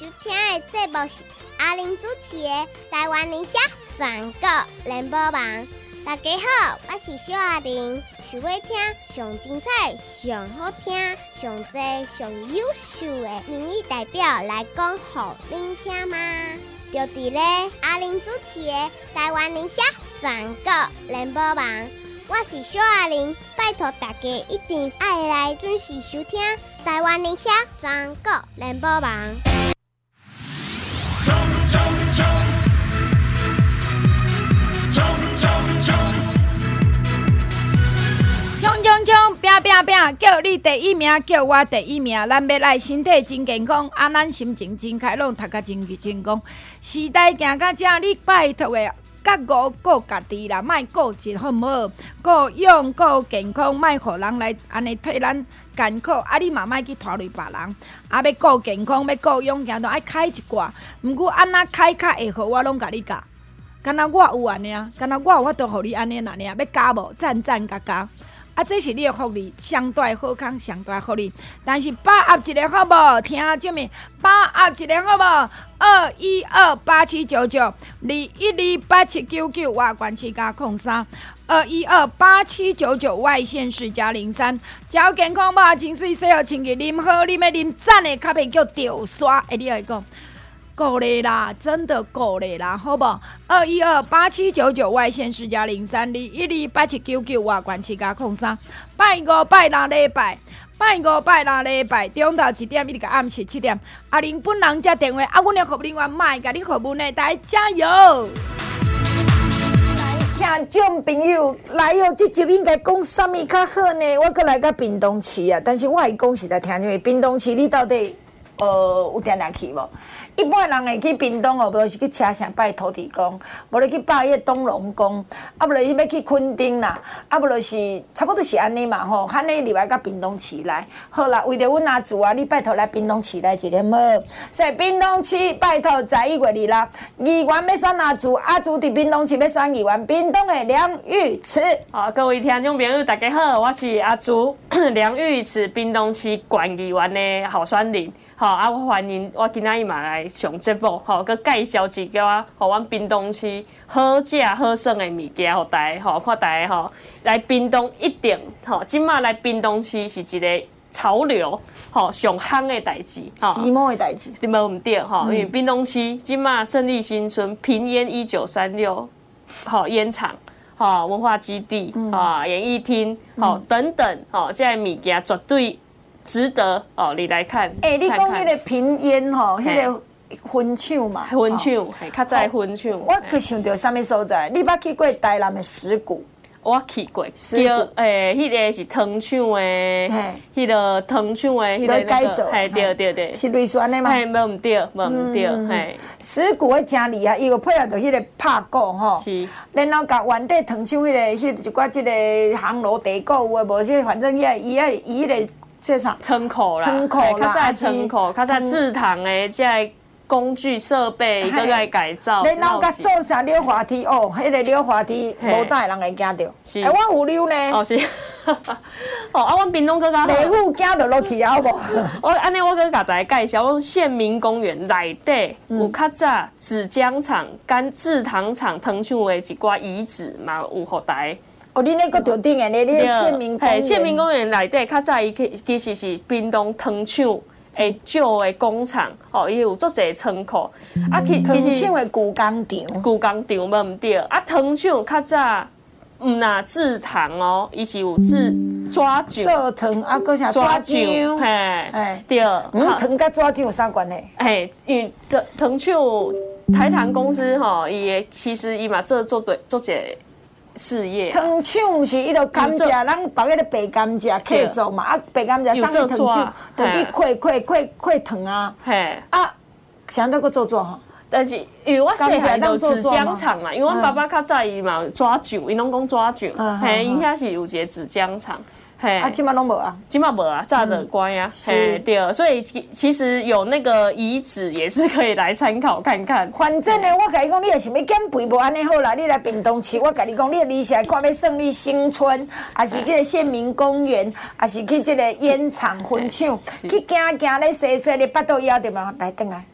收听的节目是阿玲主持的台湾宁夏全国联播网。大家好，我是小阿玲，想要听上精彩、上好听、上多、上优秀的民意代表来讲给您听吗？就伫咧阿玲主持的台湾宁夏全国联播网。我是小阿玲，拜托大家一定要来准时收听台湾宁夏全国联播网。 冲冲冲！冲冲冲！ 冲冲冲！拼拼拼！叫你第一名，叫我第一名。咱要来身体真健康，咱心情真开朗，读甲真功。时代行到这，你拜托的。甲顾家己啦，莫顾一好唔好？顾养顾健康，莫互人来安尼替咱艰苦。你嘛莫去拖累别人。要顾健康，要顾养，行都爱开一寡。毋过安那开较会好，我拢甲你教。敢若我有安尼啊，敢若我有法度互你安尼安尼啊，要加无？赞加。这是你的福利，上大好康，上大福利。但是把握一个好无？听什么？把握一个好无？212879921287799外关7加03，2128799外县市加03。照健康吧，真水洗好清气，啉好啉要啉赞的，较袂叫掉刷。你来讲。够嘞啦，真的够嘞啦，好不？2128799外县市加03，2128799外关7加03。拜五拜六礼拜，中昼1点一直到暗时7点。阿玲本人接电话，阮的服务人员卖甲你服务呢，大家加油！听众朋友来哦，这集应该讲啥物较好呢？我搁来到屏东市啊，但是我会讲实在听，因为屏东市你到底有定去无？一般人会去屏东哦，无就是去车城拜土地公，无就去拜迄个东龙宫，啊，无就是要去垦丁啦，啊，无就是差不多是安尼嘛吼，安尼入来到屏东市来。好啦，为着阮阿祖啊，你拜托来屏东市来一个好。说屏东市拜托11月26，议员要选阿祖，阿祖伫屏东市要选议员，屏东的梁玉慈。 好，各位听众朋友，大家好，我是阿祖梁玉慈，屏东市县议员的候选人。好我欢迎我今仔日嘛来上节目，佮介绍一个互阮屏东市好食好耍的物件，互大家看大家来屏东一定即马来屏东市是一个潮流上夯的代志， 时髦的代志， 对无毋对因为屏东市即马胜利新村平烟1936烟厂。文化基地演艺厅等等这些物件绝对。值得你来看。 你讲迄个平烟迄个薰厂嘛， 薰厂，较早薰厂。 我去想到啥物所在？你捌去过台南的石鼓？ 我去过，叫迄个是糖厂的，迄个糖厂的，迄个改造， 对， 是类似安尼嘛？ 无毋对， 石鼓迄真厉害，伊有配合着迄个拍鼓吼， 是， 然后甲原地糖厂迄一寡即个烘炉地鼓有诶无？即反正伊迄个。这啥仓库啦，较早仓库，较早制糖的这工具设备都在改造。 然后甲做啥溜滑梯哦，迄个溜滑梯无大人会惊到。我有溜呢。 是。阮屏东搁较好。 内户惊到落去好无？ 我安尼我搁甲大家介绍，阮县民公园内底有较早纸浆厂、干制糖厂、糖厂的一寡遗址嘛，有互大家。 你那个着顶的，你县民公园。 县民公园内底较早伊其实是屏东糖厂的旧的工厂，伊有足侪仓库。 糖厂的旧工厂无毋对。糖厂较早若制糖伊是有制抓酱。 做糖搁啥抓酱？ 对。 糖甲抓酱有啥关系？ 因为糖厂台糖公司伊其实伊嘛做侪。事业糖厂毋是伊著甘蔗，咱把迄个白甘蔗刻做嘛，白甘蔗送去糖厂，著去刻糖啊。想到搁做吼？ 但是因为我细汉就纸浆厂嘛，因为阮爸爸较早伊嘛抓酒，伊拢讲抓酒，因遐是有一个纸浆厂。 即马拢无啊？ 即马无啊，早就关啊。对，所以其实有那个遗址也是可以来参考看看。 反正呢，我甲你讲，你若想要减肥，无安尼好啦，你来屏东市，我甲你讲，你离下看要胜利新村，还是去个县民公园，还是去这个烟厂分厂，去行咧踅踅咧，巴肚枵着嘛，来转来。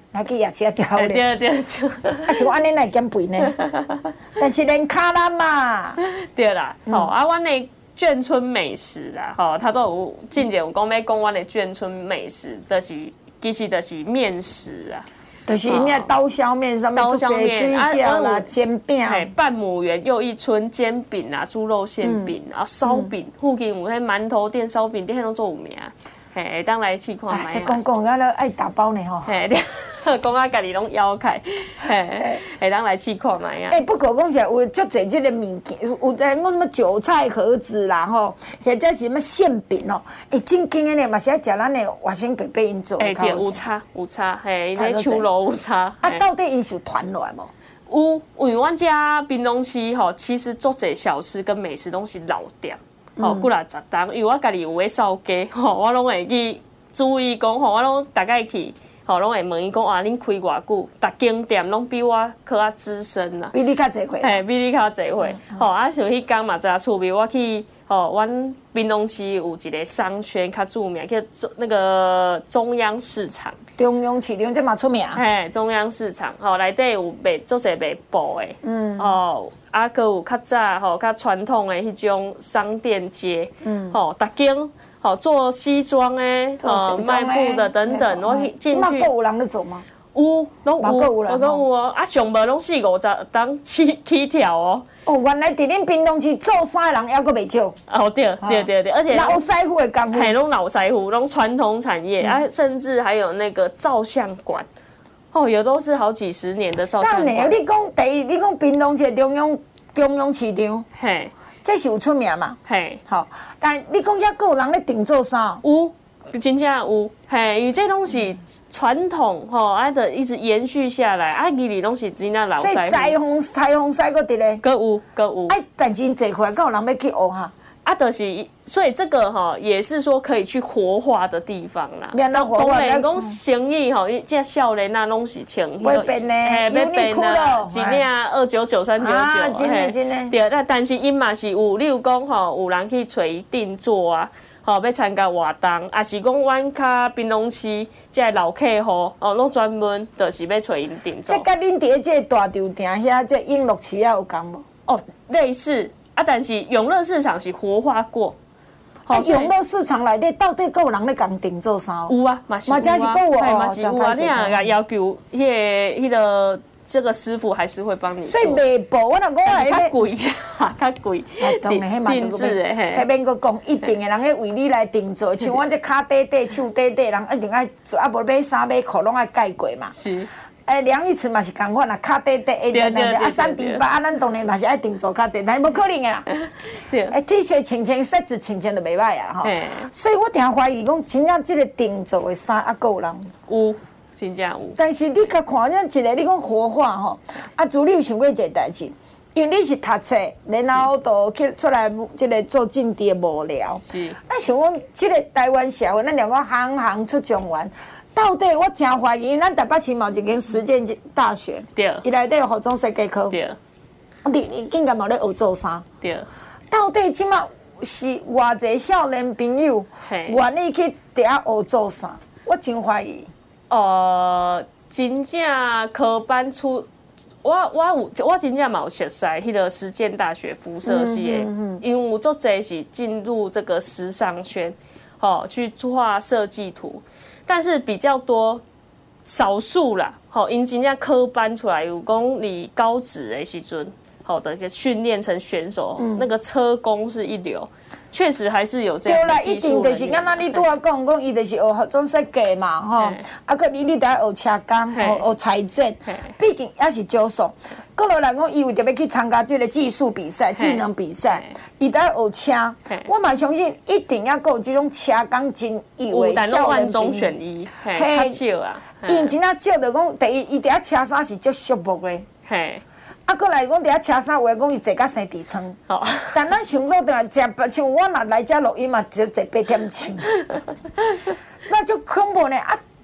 来去夜市食好咧。 对对对， 啊，是我安尼来减肥呢，但是连卡咱嘛， 对啦，吼啊，阮的眷村美食啦，吼，他都有进前有讲要讲阮的眷村美食，其实就是面食啊。 就是因那刀削面上面做水饺啦、煎饼， 半亩园又一村煎饼啊、猪肉馅饼啊、烧饼，附近有迄馒头店、烧饼店，迄拢做有名。嘿，当来试看卖。 这讲咱咧爱打包呢吼。 嘿，讲啊，家己拢枵开，嘿，当来试看卖啊。 不过讲起来，有足侪即个物件，有人讲什么韭菜盒子啦吼，或者是什么馅饼哦，正经的呢嘛是爱食咱的外省伯伯因做的。 对，有差，嘿，因迄手路有差。 啊，到底因是有传落来无？ 有，因为阮家屏东市吼，其实足侪小吃跟美食拢是老店。吼，几60档，因为我家己有咧扫街，吼，我拢会去注意讲，吼，我拢大概去，吼，拢会问伊讲，啊，恁开偌久？逐间店拢比我较啊资深啦， 比你较侪岁， 嘿，比你较侪岁，吼，啊，像迄天嘛，真趣味，我去，吼，阮屏东市有一个商圈较著名，叫那个中央市场。 中央市场这嘛出名。 嘿，中央市场，吼，内底有卖足侪卖布的，哦，啊，佮有较早吼较传统的迄种商店街，吼，逐间吼做西装的，吼卖布的等等，我是进去。 有人咧做吗？ 有，拢有， 我讲有哦，啊，上无拢40-50档起跳哦。 哦，原来伫恁屏东市做衫的人还阁袂少。 哦，对，而且老师傅的工夫， 嘿，拢老师傅，拢传统产业，啊，甚至还有那个照相馆，哦，有都是好几十年的照相馆。 但你讲第一，你讲屏东市中央市场， 嘿， 这是有出名嘛？ 嘿， 好，但你讲遐阁有人咧订做衫？ 有。真正有，嘿，因为这拢是传统吼，啊，得一直延续下来，啊，其实拢是真正老师傅。 所以裁缝师佫伫咧， 佫有。 哎，但是因坐回来，佫有人要去学哈。 啊，就是所以这个哈也是说可以去活化的地方啦。 免得活化。 当讲生意吼，这少年啊拢是穿迄个，要变呢， 要变啊，一领299、399， 啊，真的。 对，但是因嘛是有，例如讲吼，有人去找伊定做啊。吼，要参加活动，也是讲阮较屏东市即个老客户，哦，拢专门就是要找因定做。 这甲恁伫即个大稻埕遐，这永乐市啊有共无？ 哦，类似啊，但是永乐市场是活化过。 永乐市场内底到底佫有人咧共定做啥？ 有啊，嘛是有啊，嘛是有啊。你若要求迄个。这个师傅还是会帮你做， 所以卖布我若讲还较贵，较贵。定制的， 迄免佫讲，一定的人咧为你来定做，像阮这脚底底、手底底，人一定爱做，啊无买衫买裤拢爱改过嘛。 是。 梁玉慈嘛是共款啦，脚底底一定啊3比8，啊咱当然嘛是爱定做较济，但无可能的啦。 对。 T 恤穿色子穿就袂歹啊吼。所以我定怀疑讲，真正即个定做的衫啊，佫有人有。真正有， 但是你甲看这一个，你讲活化吼，啊，主你有想过一个代志，因为你是读册，然后都去出来即个做政治的幕僚。 是。 咱想讲，即个台湾社会，咱两个行出状元，到底我真怀疑，咱台北市嘛有一间实践大学， 对， 伊内底有服装设计科， 对， 你竟然冇咧学做衫， 对， 到底即马是偌济少年朋友愿意去伫遐学做衫，我真怀疑。 真正科班出，我真正嘛有熟悉迄个实践大学辐射系的，因为有足侪是进入这个时尚圈，吼，去画设计图，但是比较多少数啦，吼，因真正科班出来有讲你高职的时阵，好的一个训练成选手，那个车工是一流。确实还是有这样的技术人员。 对啦，一定就是敢若你拄仔讲，伊就是学服装设计嘛，吼，啊，佮你得学车工，学裁剪，毕竟也是少数。过落来讲，伊为着要去参加这个技术比赛、技能比赛，伊得学车。我嘛相信，一定要有这种车工真有的但拢万中选一，较少啊。 因真正少，就讲第一，伊伫遐车衫是足寂寞的。 嘿。 啊，过来讲，伫遐车衫，话讲伊坐甲生痔疮。哦。但咱想到对食，像我若来遮录音嘛，就坐8点钟。那就恐怖呢！啊，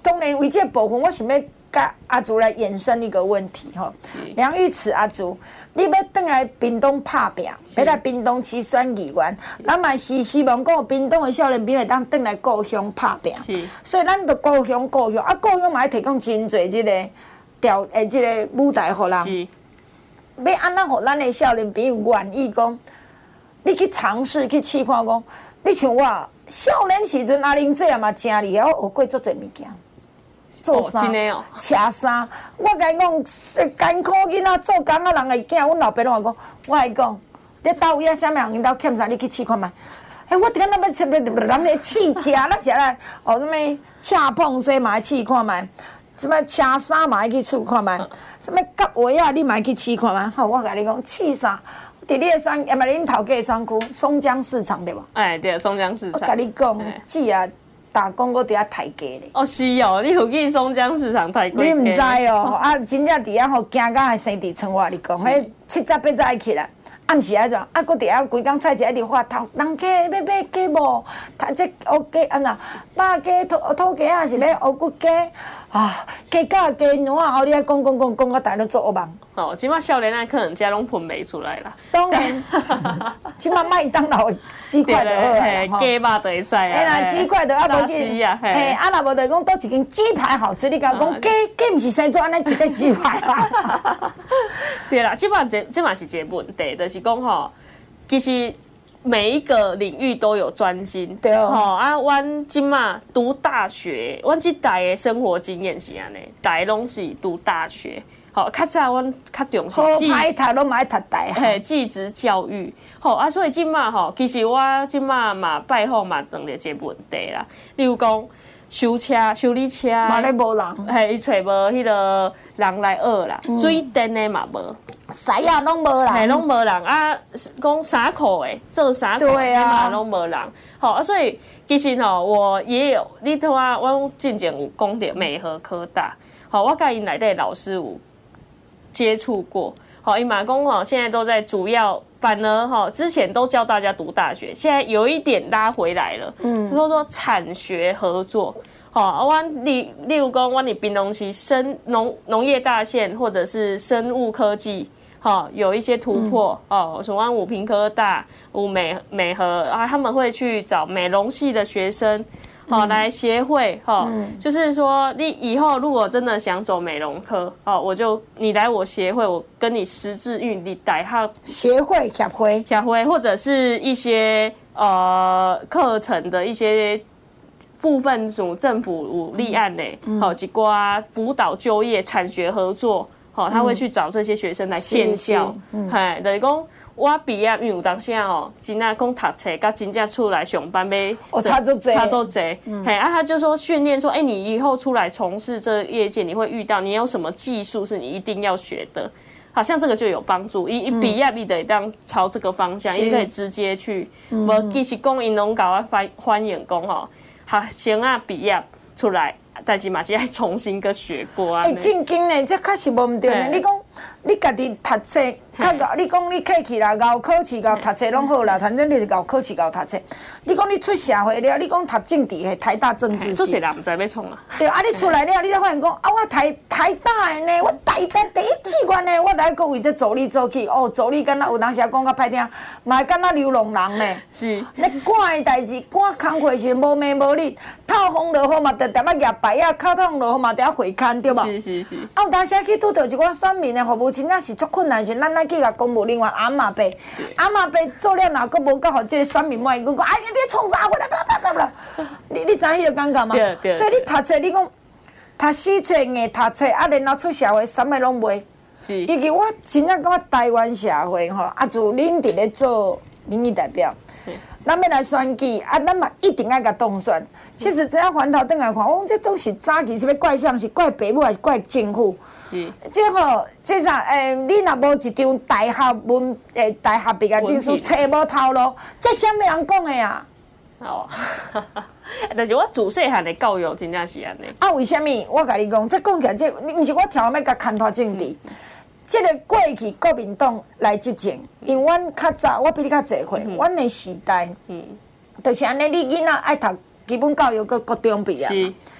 当然为这个部分，我想要甲阿竹来延伸一个问题吼。梁玉慈阿竹，你要转来屏东拍拼，要来屏东市选议员，咱嘛是希望讲屏东的少年朋友当转来故乡拍拼。所以咱就故乡啊，故乡嘛要提供真侪即个即个舞台互人。要安怎互咱的少年朋友愿意讲？你去尝试去试看讲，你像我少年时阵阿玲姐也嘛真厉害，我学过足侪物件。做衫、车衫，我甲伊讲，艰苦囡仔做工啊，人会惊。阮老爸拢话讲，我来讲，你倒位啊，啥物人因兜欠啥，你去试看觅。我顶仔要吃人咧试食，咱食来，哦，什物恰碰西嘛去试看觅，什物车衫嘛去试看觅，什物夹鞋啊，你嘛去试看觅。好，我甲你讲，试衫。伫你的选，也嘛恁头家的选区，松江市场对无？ 哎，对，松江市场。 我甲你讲，姊啊。打工搁伫遐抬价咧。 哦，是哦，你有去松江市场抬过？ 你唔知哦，啊，真正伫遐吼，惊到还生痔疮。我你讲，迄7早8早爱起来，暗时迄种，啊，搁伫遐规工菜市一直发头，人家要买鸡无？他这乌鸡安那，肉鸡、土鸡啊是要乌骨鸡啊，鸡甲鸡卵啊，后你爱讲到大家做噩梦。 哦，即马少年仔可能家拢喷袂出来啦。 当然，即马麦当劳鸡块就好啊， 鸡肉就会使啊。 哎啦，鸡块就啊无去，嘿，啊若无就讲倒一间鸡排好吃，你甲讲鸡毋是生做安尼一个鸡排啦。 对啦，即嘛是一个问题，就是讲吼，其实每一个领域都有专精。 对哦。 吼啊，阮即马读大学，阮即代的生活经验是安尼，大家拢是读大学。好，较早阮较重视歹读拢嘛爱读大学， 嘿，技职教育。好啊，所以即马吼，其实我即马嘛拜访嘛碰到一个问题啦。例如讲修理车， 嘛咧无人， 嘿，伊找无迄个人来学啦，水电的嘛无， 师啊拢无人， 嘿，拢无人啊，讲衫裤的做衫裤的嘛拢无人。好啊，所以其实吼，我也有，你睇啊，我之前有讲到美和科大，好，我甲因内底老师有接触过，好，因马公哈现在都在主要，反而哈之前都教大家读大学，现在有一点拉回来了，比如说产学合作，好，例如讲，我你屏东市农业大县或者是生物科技，好，有一些突破，哦，什么武平科大、美和啊，他们会去找美容系的学生。好，来协会哈，就是说你以后如果真的想走美容科，哦，你来我协会，我跟你实质运你代号协会或者是一些课程的一些部分属政府有立案的，好一寡辅导就业、产学合作，好，他会去找这些学生来建校，嘿，就是讲。我毕业，因为有当时哦，真正讲读册，甲真正出来上班要差足侪，嘿，啊，他就说训练说，你以后出来从事这业界，你会遇到你有什么技术是你一定要学的，好像这个就有帮助。一毕业你得当朝这个方向，你可以直接去。无其实讲因拢甲我欢迎讲吼，学生啊毕业出来，但是嘛是要重新个学过啊。 正经呢，这确实无毋对呢。你讲你家己读册。你讲你客气啦，熬考试、熬读册拢好啦，反正你是熬考试、熬读册。你讲你出社会了，你讲读政治系台大政治系， 这些人唔知要创啊。 对啊，你出来了，你才发现讲啊，我台大的呢，我台大第一志愿呢，我来个为这助理做起，哦，助理敢若有当时讲较歹听，嘛敢若流浪人呢。 是。 你赶的代志，赶工课时无暝无日，透风落雨嘛，得踮压牌啊，靠透风落雨嘛，得回看对无？ 是。 啊，有当时去拄到一寡选民的服务，真正是足困难，是咱去甲公务人员阿嬷伯做了，若阁无甲互即个选民满意，讲哎，你创啥？我来，你知迄个感觉吗？所以你读册，你讲读死册、硬读册，啊，然后出社会，啥物拢袂。是。尤其我真正感觉台湾社会吼，啊，自恁伫咧做民意代表，咱要来选举，啊，咱嘛一定爱甲当选。其实只要回头转来看，我讲这都是早期是要怪谁？是怪父母还是怪政府？是。这吼，这啥？你若无一张大学毕业证书，册无头路，这啥物人讲的啊？ 哦，但是我自细汉的教育真正是安尼。 啊，为什么？我甲你讲，这讲起来，这毋是我挑要甲牵拖政治。这个过去国民党来执政，因为阮较早，我比你较侪岁，阮的时代，就是安尼，你囡仔爱读基本教育，搁高中毕业。是。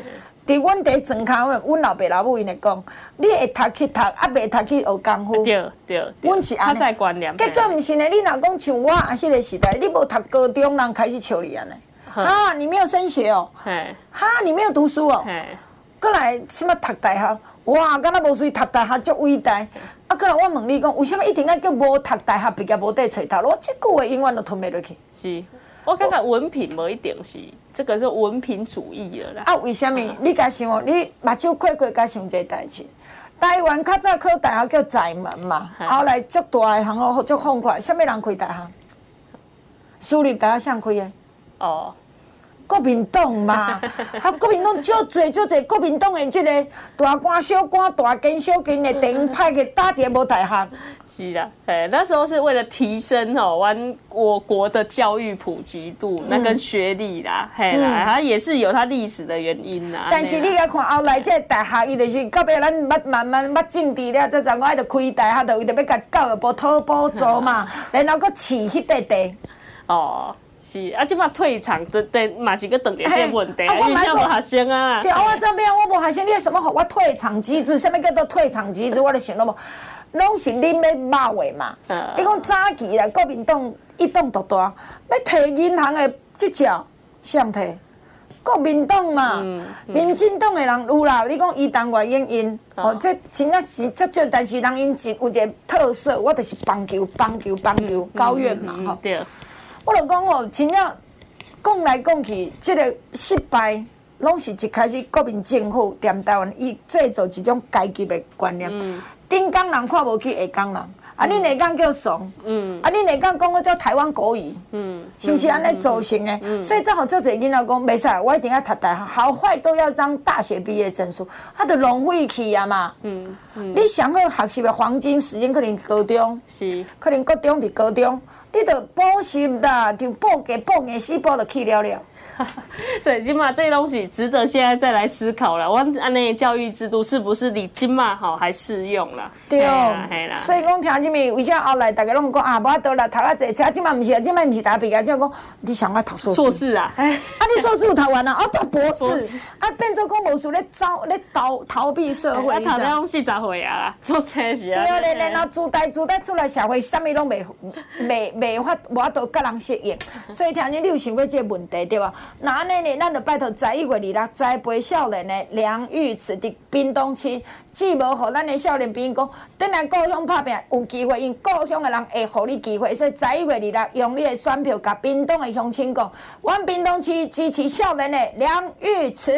伫阮伫庄脚，阮老爸老母因会讲，你会读去读，啊袂读去学功夫。 对对， 阮是安尼。 较早观念。 结果毋是呢，你若讲像我迄个时代，你无读高中，人开始笑你安尼。啊，你没有升学哦。哈，你没有读书哦。过来，什么读大学？哇，敢若无算读大学足伟大。啊，过来我问你讲，为什么一定要叫无读大学毕业无得找头路？我这句话永远都吞袂落去。 是，我感觉文凭无一定是，这个是文凭主义了啦。 啊，为什么？你甲想哦，你目睭过过，甲想一个代志。台湾较早考大学叫在门嘛，后来足大个行哦，足放快。什么人开大学？私立大学谁开的？哦。国民党嘛，国民党足侪国民党的即个大官小官、大官小官的顶派给打一个无大学。 是啦，那时候是为了提升我国的教育普及度，那跟学历啦，它也是有它历史的原因啦。 但是你来看后来这大学，伊就是到尾咱慢慢捌政治了，才知我爱着开大学，就为着要甲教育部讨补助嘛，然后搁饲迄块地。 哦。是啊，即摆退场的嘛是个等着这问题，因为无学生啊。 对，我这边我无学生，你什么互我退场机制？什么叫做退场机制？我就想到无，拢是恁要骂话嘛。你讲早期啦，国民党一党独大，要摕银行的执照，谁摕？国民党嘛，民进党的人有啦。你讲伊当外英因，哦，这真正是足少，但是人因有一个特色，我就是棒球高院嘛，吼。 对。 我就讲哦，真正讲来讲去，这个失败，拢是一开始国民政府踮台湾，伊制造一种阶级的观念。顶港人看无起下港人，啊，恁下港叫怂，啊，恁下港讲个叫台湾国语，是不是安尼造成的？所以正好做这囡仔讲，袂使，我一定要读大学，好坏都要张大学毕业证书，他就浪费去啊嘛。你上好学习的黄金时间可能高中，是，可能高中伫高中。你著补习啦，就补硬死补就去了。 所以今嘛这些东西值得现在再来思考了。我安尼教育制度是不是你今嘛好还适用啦？ 对哦，所以讲听即面为啥后来大家拢讲啊，无法度啦，读啊济，即嘛毋是啊，即嘛毋是大学毕业，就讲你想要读硕士。 硕士啊， 你硕士有读完啊？啊，读博士，啊变做讲无事咧逃避社会。 读了拢40岁啊，做这是啊。 对啊，然后自代出来社会，啥物拢无法度甲人适应。所以听你有想过这个问题对吧？那安尼呢，咱就拜托11月26栽培少年的梁玉慈伫屏东市，既无互咱的少年朋友讲，等来故乡拍拼有机会，因故乡的人会互你机会。所以11月26用你的选票，甲屏东的乡亲讲，阮屏东市支持少年的梁玉慈。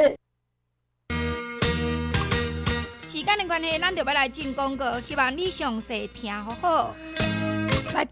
时间的关系，咱就要来进广告，希望你详细听好好。来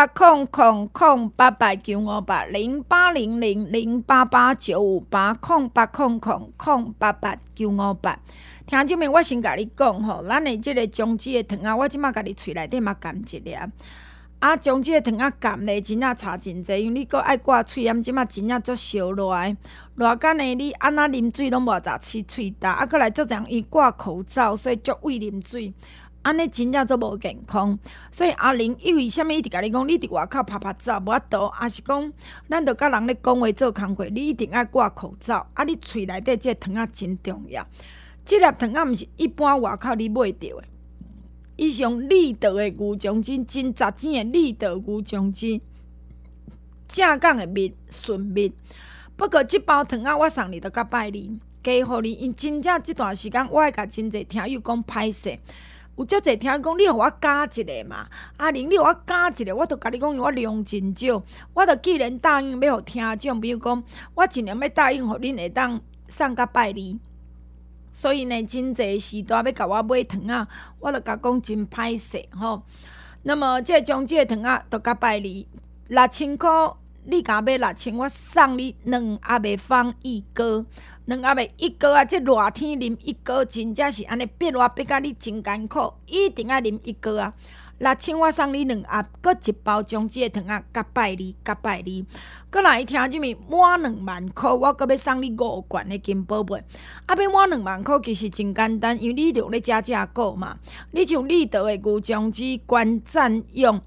0800088958088895808898。听这面，我先甲你讲吼，咱的这个姜子的糖啊，我即马甲你喙内底嘛含一粒。啊，姜子的糖啊含咧，真正差真济，因为你搁爱挂喙炎，即马真正足烧热的。热干呢，你安那啉水拢无杂起喙焦，啊，搁来足人伊挂口罩，所以足畏啉水。安尼真正足无健康，所以阿玲因为啥物一直甲你讲，你伫外口拍照无法度，还是讲咱著甲人咧讲话做工课，你一定爱挂口罩。啊，你喙内底即个糖仔真重要，即粒糖仔毋是一般外口你买着的，伊是用立德的牛姜精，真杂钱的立德牛姜精，正港的蜜纯蜜。不过即包糖仔我送你著甲拜你，加互你，因真正即段时间我会甲真侪听友讲歹势。有足侪听讲，你互我加一个嘛？阿玲，你互我加一个，我著甲你讲，因为我量真少，我著既然答应要互听众，比如讲，我尽量要答应互恁会当送甲拜你。所以呢，真侪时段要甲我买糖仔，我著甲讲真歹势吼。那么这姜子的糖仔著甲拜你，6000块，你甲买6000，我送你2盒的方一哥。2盒的一哥啊，这热天啉一哥，真正是安尼逼我逼甲你真艰苦，一定要啉一哥啊！6000我送你2盒，搁一包姜子的糖仔，甲拜你，甲拜你。搁来听即面满2万块，我搁要送你5罐的金宝贝。啊，要满2万块其实真简单，因为你用咧加价购嘛。你像立德的牛姜子关赞用。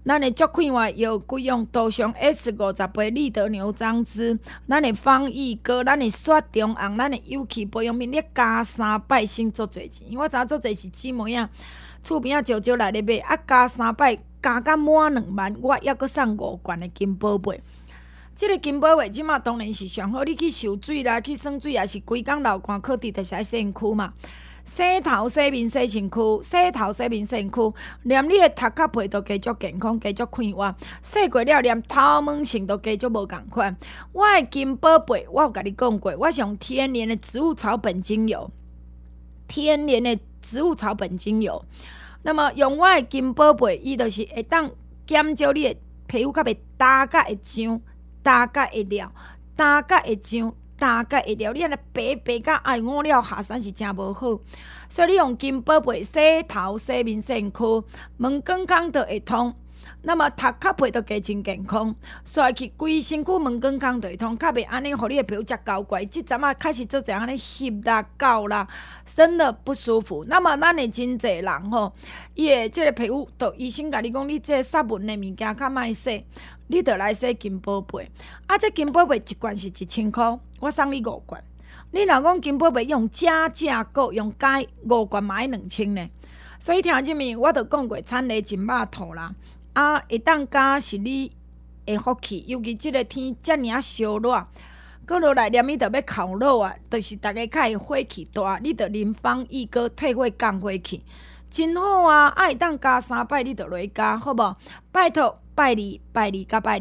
咱的足快活药贵用多上 S50倍利得牛樟汁，咱的方益哥，咱的雪中红，咱的有气保养品，你加3摆省足侪钱。因为我知影足侪是姊妹啊，厝边啊招招来咧买，啊加3摆加到满2万，我还阁送5罐的金宝贝。即个金宝贝即马当然是上好，你去受水啦，去耍水也是规工流汗靠伫，就是爱洗身躯嘛。洗头、洗面、洗身躯，洗头、洗面、洗身躯，连你的头壳皮都加足健康，加足快活。洗过了，连头毛型都加足无共款。我的金宝贝，我有甲你讲过，我是用天然的植物草本精油，天然的植物草本精油。那么用我的金宝贝，伊就是会当减少你的皮肤较袂焦甲会痒、焦甲会了、焦甲会痒。大概会了，你安尼白甲爱五了，下山是真无好。所以你用金宝贝洗头、洗面、洗身躯，毛光光就会通。那么头壳皮都加真健康，刷去规身躯毛光光就会通，较袂安尼，互你的皮肤遮高怪。即阵啊开始做这安尼翕啦、搞啦，真的不舒服。那么咱的真侪人吼，伊的即个皮肤，就医生甲你讲，你这杀蚊的物件较莫洗。你着来洗金宝贝，啊！这金宝贝一罐是1000块，我送你5罐。你若讲金宝贝用加价购用改5罐嘛要2000呢。所以听入面我着讲过，产地真肉土啦，啊，会当加是你的福气，尤其即个天遮尔烧热，搁落来连伊着要烤肉啊，就是大家较会火气大，你着啉方益哥退火降火气，真好啊！啊，会当加3摆，你着落去加，好无？拜托。拜二甲拜二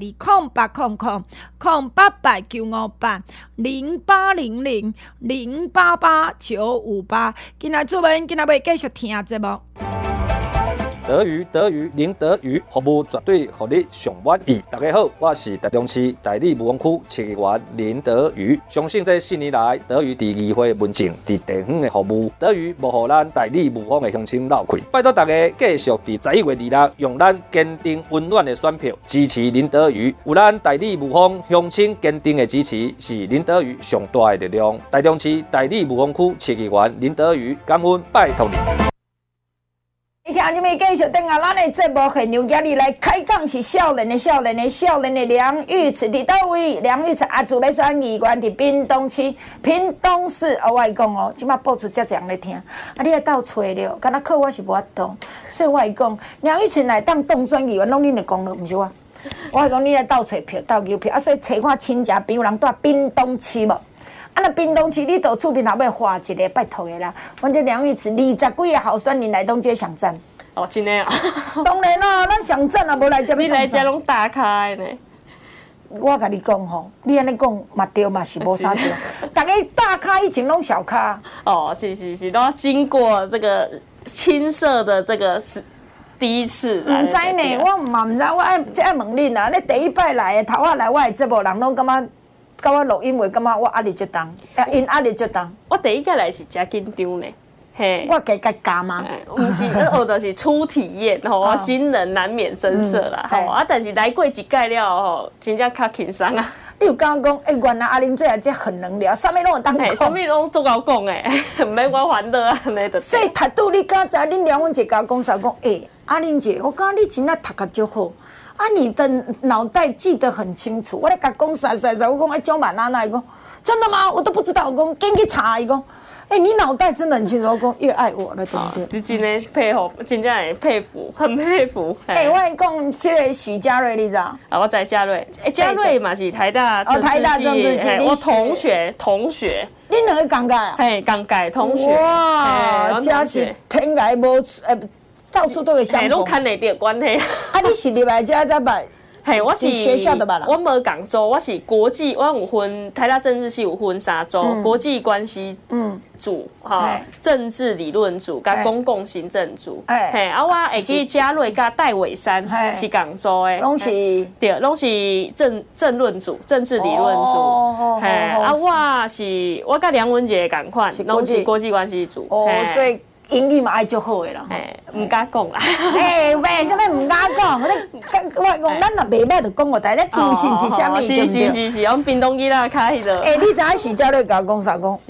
0800-95808000888-958，今仔出门，今仔要继续听节目。 德语林德语服务绝对互你上满意。大家好，我是台中市大理武峰区设计员林德语。相信这4年来，德语伫议会文政、伫地方的服务，德语无互咱大理武峰的乡亲漏气。拜托大家继续伫11月26日，用咱坚定温暖的选票支持林德语。有咱大理武峰乡亲坚定的支持，是林德语上大的力量。台中市大理武峰区设计员林德语，感恩拜托你。 听你们继续等下，咱的节目现场今日来开讲是少年的梁玉慈伫倒位？梁玉慈阿祖要选议员伫屏东市，屏东市我跟你讲哦，即马播出遮侪人咧听，啊，你来倒找了，敢若靠我是无法度，所以我跟你讲，梁玉慈来当当选议员，拢恁的功劳，毋是我。我跟你讲，你来倒找票，倒邮票，啊，所以找看亲戚朋友人住屏东市无？啊，那屏东市你到厝边头尾画一个，拜托的啦。阮这梁玉慈20几个候选人来当这上战。 哦，真的啊！ 当然啦，咱上战也无来这边。 你来这拢打开呢？ 我甲你讲吼，你安尼讲嘛对嘛是无啥对。大家大咖以前拢小咖。 哦，是，都要经过这个青涩的这个是第一次。 唔知呢，我嘛唔知，我爱问恁啊。你第一摆来的头仔来我的节目，人拢感觉。甲我录音会感觉我压力足重，因压力足重。 我第一个来是真紧张呢，嘿。 我加吗？ 毋是，我就是初体验吼，新人难免生涩啦，吼啊，但是来过一届了吼，真正较轻松啊。 你有刚讲，原来阿玲这这很能聊，啥物拢有当讲， 啥物拢足够讲诶，唔免我烦恼啊，安尼就。 所以读拄你刚才恁两阮一家讲啥讲，阿玲姐，我感觉你真正读甲足好。啊，你的脑袋记得很清楚。我咧甲讲啥，我讲江板娜娜，伊讲真的吗？我都不知道。我讲赶紧查，伊讲，你脑袋真的很清楚。我讲越爱我了，对不对？ 你真的佩服，真正会佩服，很佩服。 我跟你讲，这个许家瑞，你知道？ 啊，我知嘉瑞，嘉瑞嘛是台大政治系，我同学。 你两个同届啊？ 嘿，同届同学。 哇，真是天涯无到处都有相同， 拢牵得到关系。 啊，你是入来遮才捌？ 嘿，我是学校的吧啦。 我无讲州，我是国际，我有分台大政治系有分3州，国际关系组，政治理论组，甲公共行政组。嘿，啊，我会记嘉瑞甲戴伟山是港州的， 拢是对，拢是政论组，政治理论组。嘿，啊，我甲梁文杰共款，拢是国际关系组。 所以。英语嘛爱足好诶啦， 唔敢讲啦。 喂，啥物唔敢讲？我讲，咱若袂歹就讲我，但係自信是啥物？ 是，我们屏东囡仔较迄个。 你知影许家瑞甲我讲啥讲？ 是，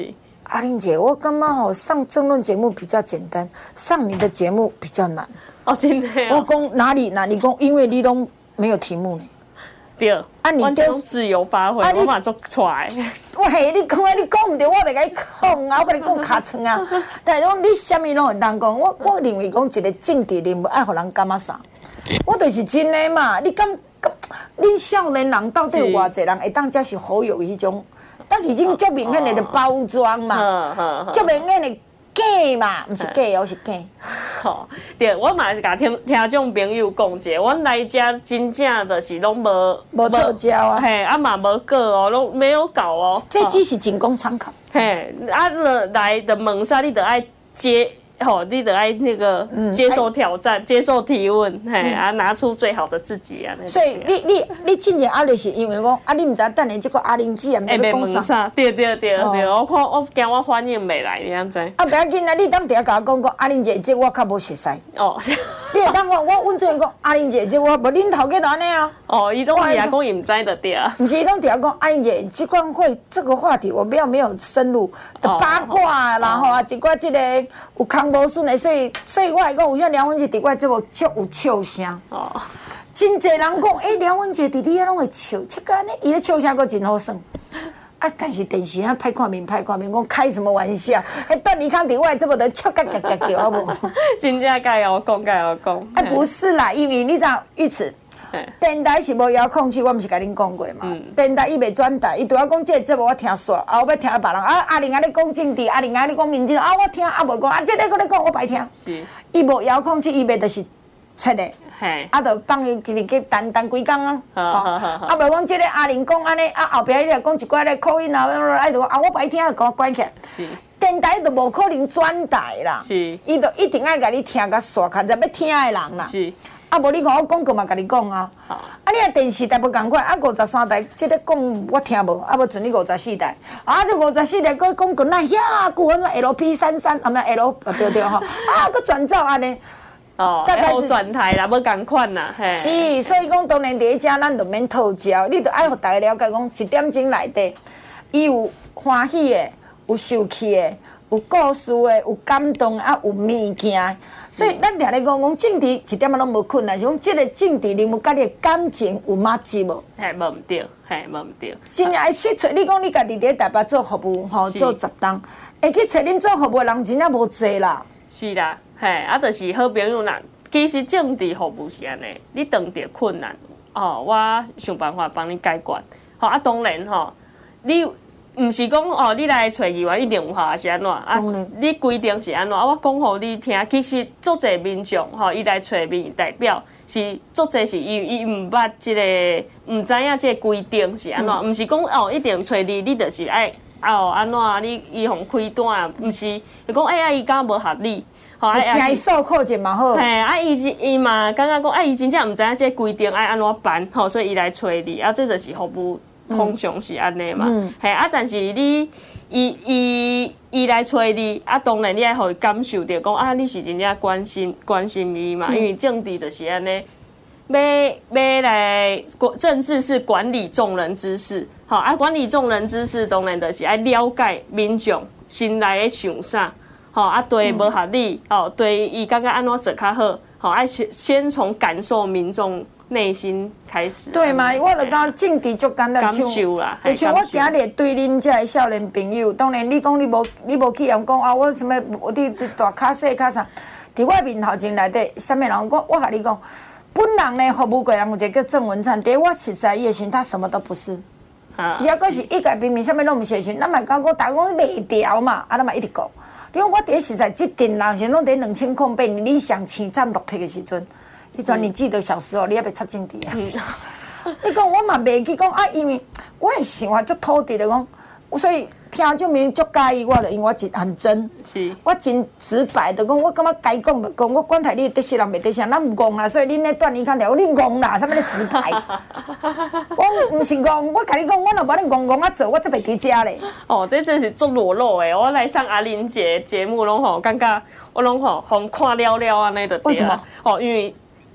阿玲姐，我感觉上政论节目比较简单，上你的节目比较难。 哦，真的我讲哪里？讲，因为你都没有题目呢。 对， 你都自由发挥，我嘛做出来。 喂，你讲唔对，我袂甲你讲啊，我甲你讲卡层啊。但是讲你啥物拢会当讲，我认为讲一个政治人物爱互人感觉啥？我就是真的嘛。你恁少年人到底有偌济人会当才是好有迄种？但已经足明显的包装嘛，足明显的假嘛，毋是假哦，是假。 吼，对，我嘛是甲听众朋友讲者，阮来遮真正就是拢无特教啊， 嘿，啊嘛无过哦，拢没有搞哦。 这只是仅供参考。 嘿，啊来的问啥，你得爱接。吼，你得爱那个接受挑战，接受提问，嘿，拿出最好的自己啊。 所以你进前阿就是因为讲你唔知等下这个阿玲姐也没讲啥，对，我看我惊我反应袂来，你安知？ 不要紧啊，你当底下甲我讲阿玲姐，这我较无熟悉。哦，你会当我问这讲阿玲姐，这我无恁头家都安尼啊。 哦，伊拢底下讲伊唔知的对啊。 不是，伊拢底下讲阿玲姐，这款会这个话题我没有深入的八卦，然后一寡这个有康无顺的，所以我来讲，有像梁文杰伫我这部足有笑声。哦，真侪人讲，梁文杰伫你遐拢会笑，这个呢，伊咧笑声佫真好耍。啊，但是电视啊，歹看面，讲开什么玩笑？邓尼康伫我这部的笑甲叫好无？ 真正该我讲。 啊，不是啦，因为你知道玉慈。电台是无遥控器，我毋是甲恁讲过嘛。电台伊袂转台，伊对我讲这个节目我听煞，啊我要听别人阿玲咧讲政治，阿玲咧讲民政，我听无讲，这个搁咧讲我白听。是。伊无遥控器，伊袂就是切的，就放伊直直单几工啊。啊，无讲这个阿玲讲安尼，后壁伊来讲一寡咧口音啊，我白听就讲关起来。是。电台就无可能转台啦。是。伊就一定爱甲你听甲煞，较要听的人啦。是。啊，无你看我广告嘛，甲你讲啊。你啊电视台无共款，啊53台，即个讲我听无，啊无剩你54台。啊，这54台佫讲过那遐久，那 LP33，啊，那 L 对吼，啊，佫转走安尼。 哦，大概是转台啦，无共款啦。 是，所以讲当然第一遮咱就免讨教，你就爱互大家了解讲1点钟内底，伊有欢喜的，有受气的，有故事的，有感动啊，有物件。所以咱常咧讲政治一点仔拢无困难，是讲即个政治人物甲你的感情有默契无？ 无毋对，无毋对。 真爱去找你讲，你家己伫台北做服务，吼做杂工，会去找恁做服务的人真正无济啦。 是啦，啊，就是好朋友啦。其实政治服务是安尼，你遇到困难，我想办法帮你解决。啊，当然你。毋是讲你来找议员一定有效，还是安怎？啊，你规定是安怎？我讲互你听，其实足侪民众伊来找民意代表，是足侪是伊毋捌即个，毋知影即个规定是安怎？毋是讲一定找你就是爱安怎？你伊互开单，毋是伊讲伊敢无合理？ 听伊诉苦就嘛好。 伊嘛感觉讲伊真正毋知影即个规定爱安怎办，所以伊来找你，这就是服务。通常是安尼嘛，但是你伊来找你，当然你爱互伊感受到讲你是真正关心伊嘛，因为政治就是安尼，要来政治是管理众人之事，管理众人之事当然就是爱了解民众心内的想啥，对无合理，对伊感觉安怎做较好，爱先从感受民众。内心开始对嘛？我就讲政治足简单， 感受啦。 而且我今日对恁这些少年朋友，当然你讲你无去言讲我什么你大卡细卡啥，伫我面头前内底，啥物人讲？我甲你讲，本人呢服务过人有一个叫郑文灿，伫我实在伊的心，他什么都不是。伊还佫是一改平民，啥物拢毋是的时，咱嘛讲大家讲袂调嘛，咱嘛一直讲。你讲我伫实在即阵人，是拢伫2008年你上青战落魄的时阵。你记得小时候，你也袂插政治啊？你讲我嘛袂去讲因为我会想足土地的讲，所以听众们足介意我的，因为我很真，我真直白的讲，我感觉该讲就讲，我管他你得失人袂得失，咱唔讲啦，所以恁咧断你看条，你讲啦，啥物咧直白？我毋是讲，我甲你讲，我若无你讲做，我则袂伫遮咧。 这真是足裸露诶！我来上阿玲姐节目拢感觉我拢互看了安尼就对啦。为什么？因为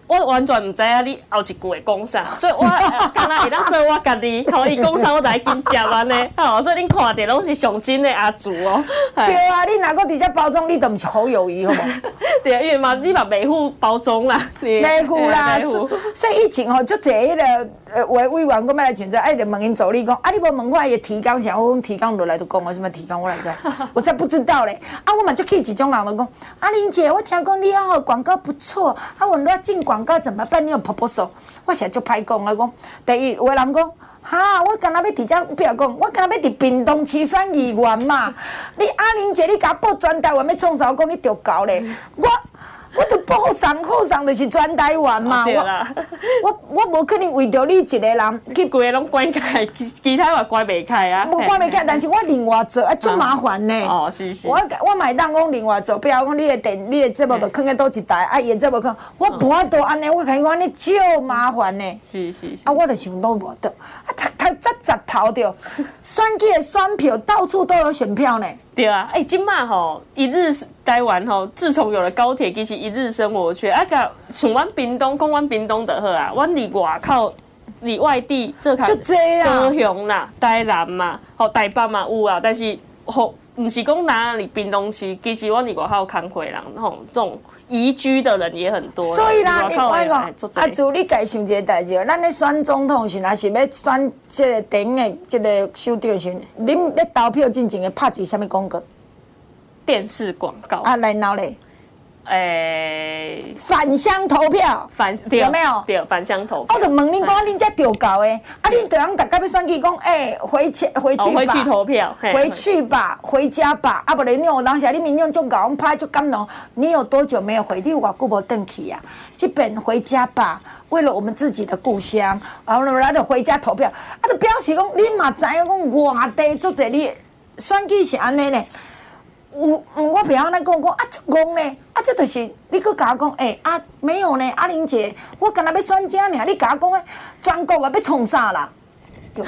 我完全唔知影你后一句会讲啥，所以我刚才会当做我家己，吼，伊讲啥我来紧接安尼，吼，所以恁看到拢是上真的阿祖哦。 对啊，你若个直接包装，你都毋是好友谊，好无？ 对，因为嘛，你嘛袂付包装啦， 袂付啦，所以以前吼，足侪迄个委员讲要来请假，哎，就问因助理讲，啊，你无问我伊提纲啥？我讲提纲落来就讲我什么提纲，我来知，我才不知道咧。啊，我嘛就去一种人就讲，阿玲姐，我听讲你哦广告不错，啊，我要进广告怎么办？你有 proposal？ 我现在就歹讲啊，讲第一，有个人讲，哈，我干那要伫遮，不要讲，我干那要伫屏东市选议员嘛。你阿玲姐，你甲我报全台湾要创啥？我讲你着搞咧，我就报上就是全台湾嘛。我无可能为着你一个人去规个拢关开，其他话关袂开啊。 无关袂开，但是我另外做啊，足麻烦呢。 哦，是。 我嘛会当讲另外做，比如讲你的节目就放在倒一台，啊，伊的节目放，我无法度安尼，我甲你讲安尼足麻烦呢。 是。 啊，我就想都无得，啊，他十头着，选举的选票到处都有选票呢。 对啊，即马吼一日台湾吼，自从有了高铁，其实一日生活圈，啊个像阮屏东，讲阮屏东就好啊，阮离外口、离外地这开高雄啦、台南嘛、台北嘛有啊，但是吼，毋是讲哪里屏东市，其实阮离外口工课人吼，这种移居的人也很多。 所以啦，我讲阿朱，你家想一个代志，咱咧选总统时，若是要选这个顶的这个首长时，恁咧投票进前的拍一什么广告？ 电视广告啊，然后咧，返乡投票，有没有？ 对，返乡投票。 我就问恁讲，恁才着搞的，啊，恁对人大家要选举讲，回去吧， 回去投票， 回去吧，回家吧，啊，不然你有当时你民众就搞拍就感动，你有多久没有回？你有偌久无回去啊？这边回家吧，为了我们自己的故乡，然后来就回家投票，啊，就表示讲，你嘛知影讲外地做者你选举是安尼呢？我不要那讲啊，这讲呢，啊，这就是你搁甲我讲，没有呢，阿玲姐，我干那要选这呢，你甲我讲全国啊要创啥啦？对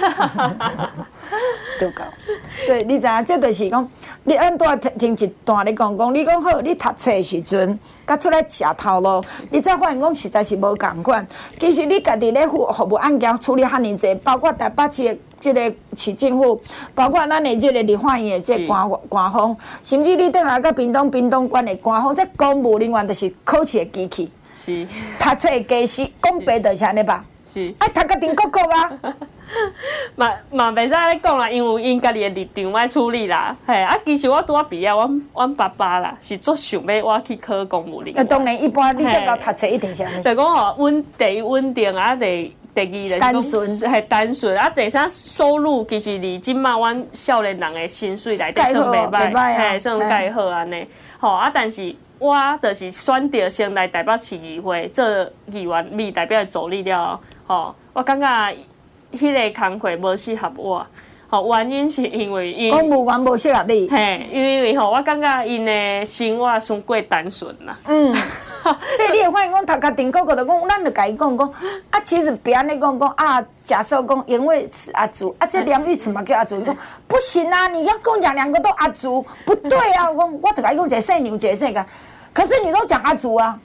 搞，所以你知影，这就是讲，你按多听一段你讲，你讲好，你读册的时阵，甲出来吃头路，你才发现讲实在是无共款。其实你家己咧服务案件处理遐尼济，包括台北市的这个市政府，包括咱的这个立法院的这官方，甚至你等下到屏东县的官方，这公务人员就是考试的机器， 是读册的技师，讲白就是安尼吧。 是， 读个定国啊， 嘛袂使咧讲啦，因为因家己的立场来处理啦。嘿，其实我拄仔毕业，阮爸爸啦是足想要我去考公务员。 当然，一般你这个读册一定是安尼。 就讲吼，第一稳定啊，第二就是讲单纯啊，第三收入其实离即马阮少年人的薪水内底算袂歹，嘿，算介好安尼。吼但是我就是选择先来台北市议会做议员，民代表的助理了。我感觉迄个工课无适合我。原因是因为因公务员无适合你。 嘿，因为我感觉因的生活伤过单纯啦。 所以你会发现讲，读个定国就讲，咱就甲伊讲啊，其实别安尼讲啊，假设讲因为是阿祖，这梁玉慈嘛叫阿祖，你讲不行啊，你要跟我讲两个都阿祖，不对啊，我就甲伊讲一个姓牛，一个姓个，可是你都讲阿祖啊。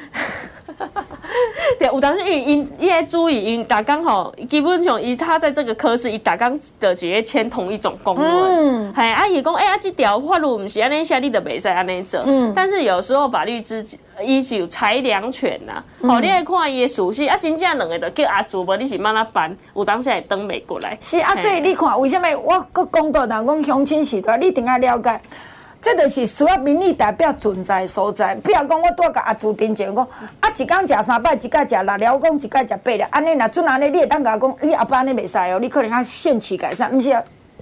对，有当时伊在注意，因大纲吼，基本上他在这个科室，伊大纲的直接签同一种公文。伊讲这条法律不是安尼写，你就袂使安尼做。但是有时候法律伊是有裁量权呐。你来看伊的属性，真正两个就叫阿祖，无你是慢慢办，有当时会登袂过来。 是啊，所以你看，为什么我搁讲到讲乡亲时代，你一定要了解。这就是需要民意代表存在的所在。比如讲，我拄甲阿朱丁讲，一工食3摆，一摆食6了，讲一摆食8了，安尼若准安尼，你会当甲我讲，你后摆安尼袂使哦，你可能要限期改善，毋是啊？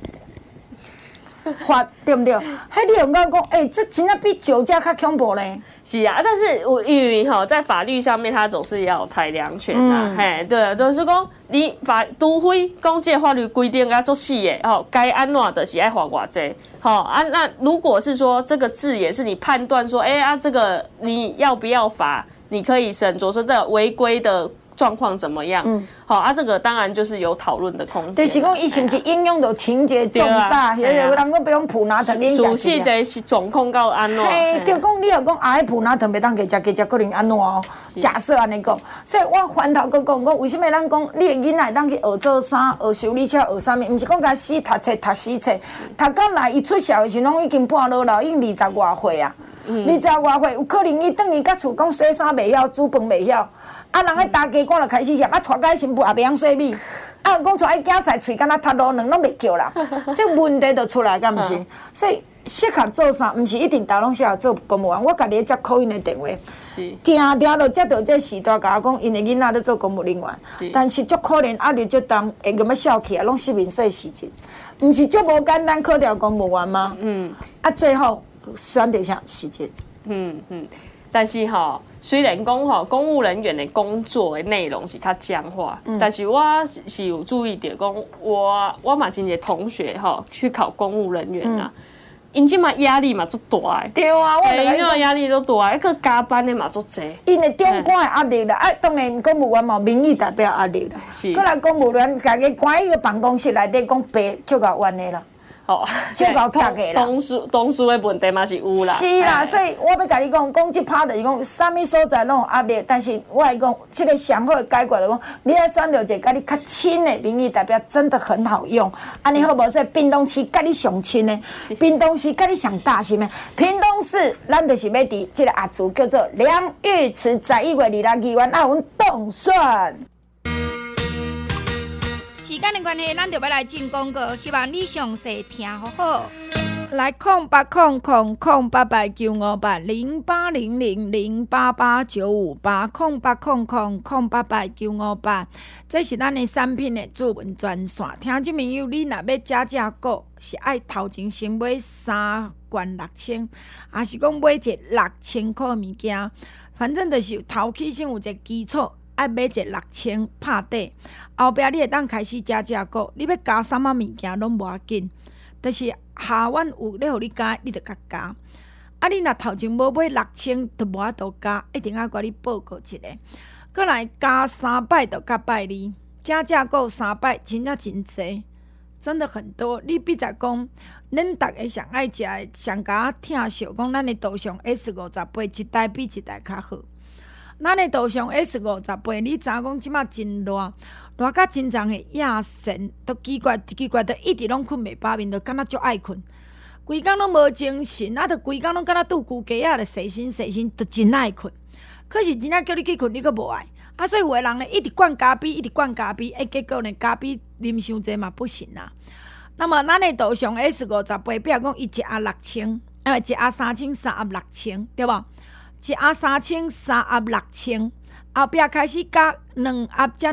法对不对？迄你用讲这真正比酒驾较恐怖呢。 是啊，但是因为在法律上面，它总是要有裁量权啦。对，就是讲你除非讲这法律规定啊做死的，该安怎就是爱罚偌济。那如果是说这个字也是你判断说，这个你要不要罚？你可以审酌说这违规的状况怎么样？ 好啊，这个当然就是有讨论的空间。 就是讲，伊是不是应用到情节重大？有人讲，比如普拿疼，恁熟悉的是状况到安怎？ 嘿，就讲你若讲迄普拿疼袂当加食可能安怎哦？假设安尼讲，所以我翻头搁讲，为什么咱讲你的囡仔当去学做啥、学修理车、学啥物？毋是讲甲死读册、读死册，读到来伊出社会时拢已经半老了，已经20外岁啊。20外岁有可能伊转去甲厝讲洗衫袂晓，煮饭袂晓。啊，人咧打鸡肝就开始嫌，啊，带个新妇也袂晓洗米，啊，讲出来囝婿喙敢若塌螺卵拢袂叫啦，这问题就出来，敢毋是？所以适合做啥，毋是一定大拢适合做公务员。我家己咧接考因的电话，定就接到这时代，甲我讲因的囡仔咧做公务人员，但是足可怜，压力足重，会咁要笑起来，拢失眠睡时阵，毋是足无简单考掉公务员吗？啊，最后选择啥时间？ 但是虽然讲公务人员的工作的内容是较僵化，但是我是有注意到讲，我嘛真侪同学去考公务人员啊，因即嘛压力嘛足大的。 对啊，我因为压力足大，一个加班的嘛足济。 因的长官的压力啦，当然公务员嘛民意代表压力啦。过来公务员家己关喺个办公室内底讲白，足够冤的啦。就搞大个啦， 同事的问题嘛是有啦。 是啦，所以我要甲你讲这趴就是讲，啥物所在拢有压力，但是我来讲，这个上好的解决就讲，你要选到一个甲你较亲的民意代表，真的很好用。安尼好无？说屏东市甲你上亲的，屏东市甲你上大心的，屏东市咱就是要伫这个阿祖叫做梁玉慈，11月26日晚阿阮当选。 时间的关系，咱就要来进广告，希望你详细听好好。来0800095808，0800088958，08000958，这是咱的产品的主文专线。听众朋友，你若要加购，是爱头前先买3罐6000，还是讲买一6000块物件？反正就是头起先有一个基础。爱买一6000拍底，后壁你会当开始加购，你要加什么物件拢无要紧，但是下阮有咧互你加，你着甲加。啊，你若头前无买6000，就无法度加，一定要甲你报告一下。过来加3摆就加拜你，加购3摆真正真济，真的很多。你比在讲，恁逐个上爱食的，上甲疼惜讲咱的杜尚 S58，一代比一代较好。咱的杜尚 S58，你知影讲即马真热甲真重的夜神，都奇怪，都一直拢困袂饱眠，都敢若足爱困，规工拢无精神，啊，都规工拢敢若拄旧鸡仔咧，洗身，都真爱困。可是真正叫你去困，你阁无爱，啊，所以有的人咧一直灌咖啡，结果呢咖啡啉伤济嘛不行啊。那么咱的杜尚 S58，比如讲伊一盒6000，一盒3000，3盒6000，对无？一盒3000，3盒6000，后壁开始加2盒才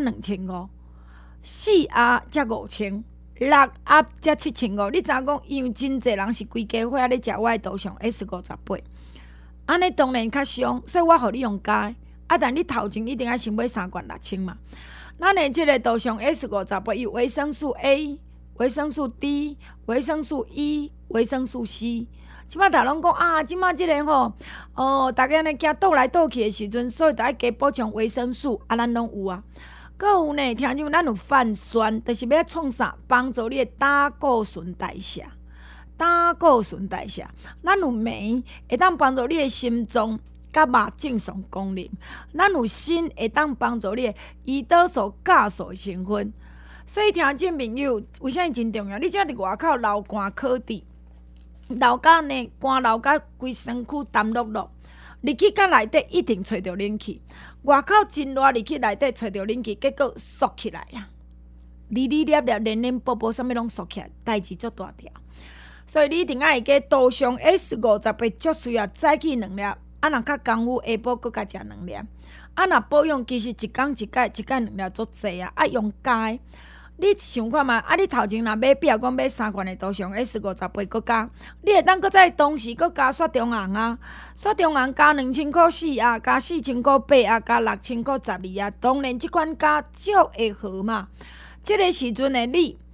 2500，4盒才5000，6盒才7500。你知影讲，因为真侪人是规家伙仔咧食我的杜尚 S58，安尼当然较伤，所以我互你用加。啊，但你头前一定要先买3罐6000嘛。咱的即个杜尚 S58有维生素 A、维生素 D、维生素 E、维生素 C。即摆大拢讲啊，即摆即个大家呢惊倒来倒去的时阵，所以爱加补充维生素，啊，咱拢有啊。搁有呢，听见咱有泛酸，就是要创啥？帮助你的胆固醇代谢。咱有镁，会当帮助你的心脏甲肉正常功能。咱有锌，会当帮助你的胰岛素、酵素成分。所以听众朋友，为啥真重要？你只伫外口流汗考滴。流到呢，汗流到规身躯澹漉漉，入去甲内底一定吹着冷气。外口真热，入去内底吹着冷气，结果缩起来呀！哩黏薄薄，啥物拢缩起来，代志足大条。所以你一定爱加杜尚 S58，足需要早起2粒，啊若较功夫下晡搁加食2粒。啊若保养其实一天一盖2粒足济啊，爱用加。你想看嘛？啊！你头前若买，比如讲买3罐的杜尚 S58，搁加，你会当搁在同时搁加雪中红啊！雪中红加2000块4盒，加4000块8盒，加6000块12盒。当然，即款加足会好嘛。即个时阵的你，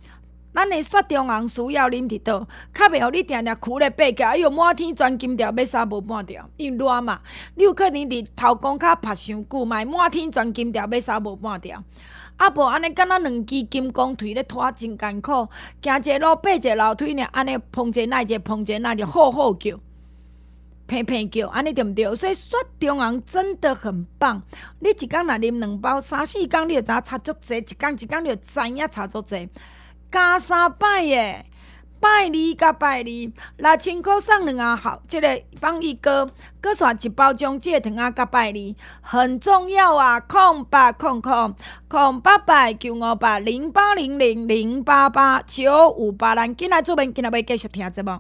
咱的雪中红需要啉伫倒，较袂互你定定跍咧爬起来，哎哟，满天钻金条要杀无半条，因为热嘛。你有可能伫头公骹拍伤久，嘛满天钻金条要杀无半条。啊无安尼，敢若两支金刚腿咧拖真艰苦，行一个路爬一个楼梯呢，安尼碰一那一个碰一那就吼吼叫，平平叫，安尼对毋对？所以雪中红真的很棒。你一工若啉2包，3、4工你就知影差足济，一工你就知影差足济。加3摆耶，拜2甲拜2，6000块送2盒，这个防疫膏，搁刷1包姜这个糖仔甲拜2，很重要啊！0800-0800-0800-0888-958，咱今仔做面，今仔要继续听节目。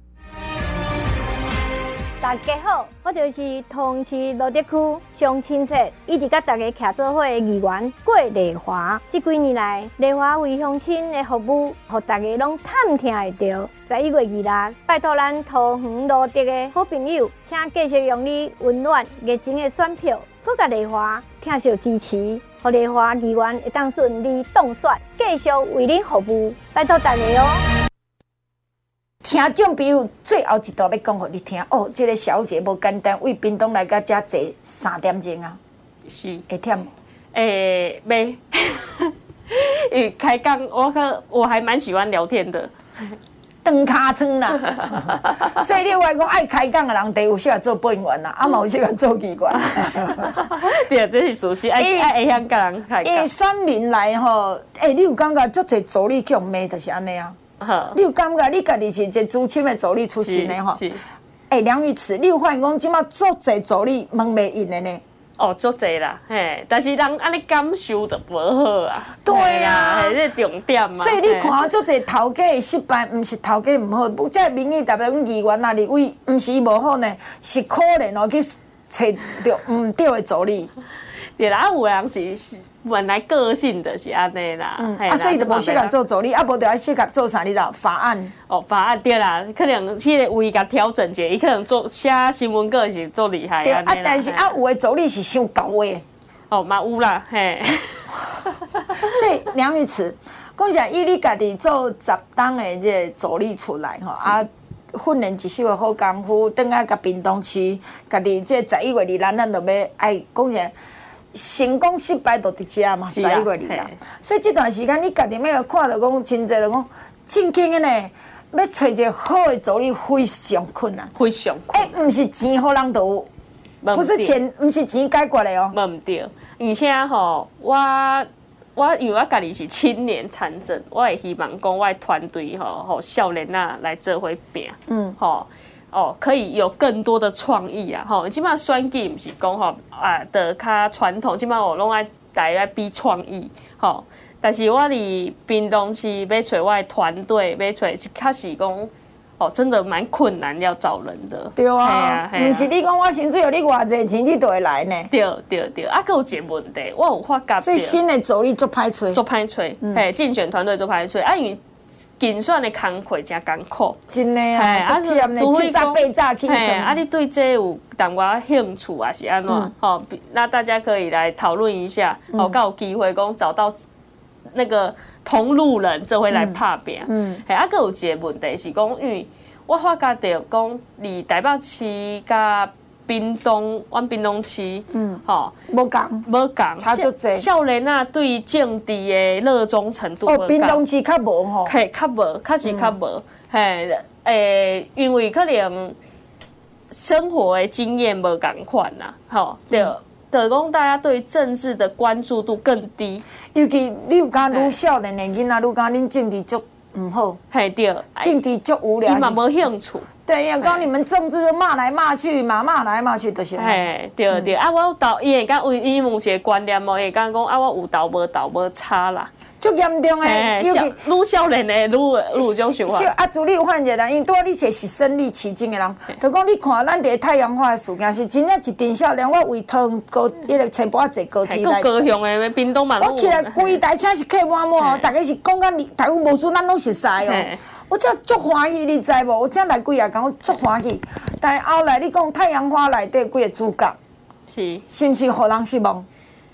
大家好，我就是同市罗德区上亲切，一直甲大家徛做伙的议员郭丽华。这几年来，丽华为乡亲的服务，互大家拢探听会到。11月26，拜托咱桃园罗德的好朋友，请继续用你温暖热情的选票，搁甲丽华听受支持，互丽华议员会当顺利当选，继续为您服务。拜托大家哦！ 听众朋友，最后一段要讲互你听哦，这个小姐无简单，为屏东来到遮坐3点钟啊， 是会忝无？ 没，开讲我还蛮喜欢聊天的， 长尻川啦，所以你话讲爱开讲的人，第有适合做本员啦，啊嘛有适合做议员。 对，这是熟悉，爱会晓甲人开讲。 因为选民来吼，你有感觉足侪助理叫骂就是安尼啊？你有感觉你家己是一个资深的助理出身的吼？梁玉慈，你有发现讲即马足侪助理问袂应的呢？ 哦，足侪啦，嘿，但是人安尼感受就无好啊。 对啊， 这重点嘛。 所以你看足侪头家的失败，毋是头家毋好，这民意代表阮议员啊、立委，毋是伊无好呢，是可怜哦去找着毋对的助理。 对啦，有人是本来个性就是安尼啦， 所以就无适合做助理，无就爱适合做啥？你知道法案？ 哦，法案对啦，可能迄个位甲调整者，伊可能做写新闻稿是做厉害安尼啦。 但是有的助理是伤高的。 哦，嘛有啦，嘿。 所以梁玉慈，讲起来，以你家己做10档的这助理出来吼，训练一手的好功夫，等下甲屏东市，家己这11月2日，咱就要爱讲起来。成功失败都伫遮嘛，11月2日。所以这段时间你家己要看到讲，真侪就讲正经的呢，要找一个好的助理非常困难。 非常困难。 毋是钱好人都有，不是钱，毋是钱解决的哦。 毋对，而且吼，我因为我家己是青年参政，我会希望讲我的团队吼少年仔来做伙拼，可以有更多的创意啊！即摆选举毋是讲的较传统，即摆我拢爱大家比创意，但是我伫屏东市要找我的团队，要找确实讲，真的蛮困难要找人的。 对啊，毋是你讲我薪水有你偌济钱，你就会来呢？ 对，还有一个问题，我有发觉， 所以新的助理足歹找， 足歹找，竞选团队足歹找，因为竞选的工课真艰苦， 真的啊， 除非讲8早起床，你对这有淡薄兴趣啊是安怎？那大家可以来讨论一下，才有机会讲找到那个同路人，就会来拍拼。还有一个问题是讲，因为我发觉到讲，离台北市甲屏东，阮屏东市， 无共，差足济。 少年仔对政治的热衷程度， 屏东市较无吼， 嘿，较无，确实较无，因为可能生活的经验无共款啦，对。就讲大家对政治的关注度更低， 尤其你有讲愈少年的囡仔，愈讲恁政治足唔好， 嘿对， 政治足无聊， 伊嘛无兴趣。 对呀，讲你们政治骂来骂去嘛，骂来骂去就是。 嘿，对，我有斗，伊会讲为伊问一个观念伊会讲我有斗无斗无差啦。足严重诶， 尤其愈少年诶，愈有种想法。 主你有发现人，因拄仔你找是身历其境诶人，就讲你看咱伫太阳花诶事件是真正一阵少年，我为桃园高迄个青埔坐高铁来。 高雄诶，屏东嘛。 我起来规台车是客满满，大家是讲甲台湾无输，咱拢熟悉哦。我真足欢喜，你知无？我真来几啊，讲我足欢喜。但后来你讲太阳花内底几个主角，是毋是互人失望？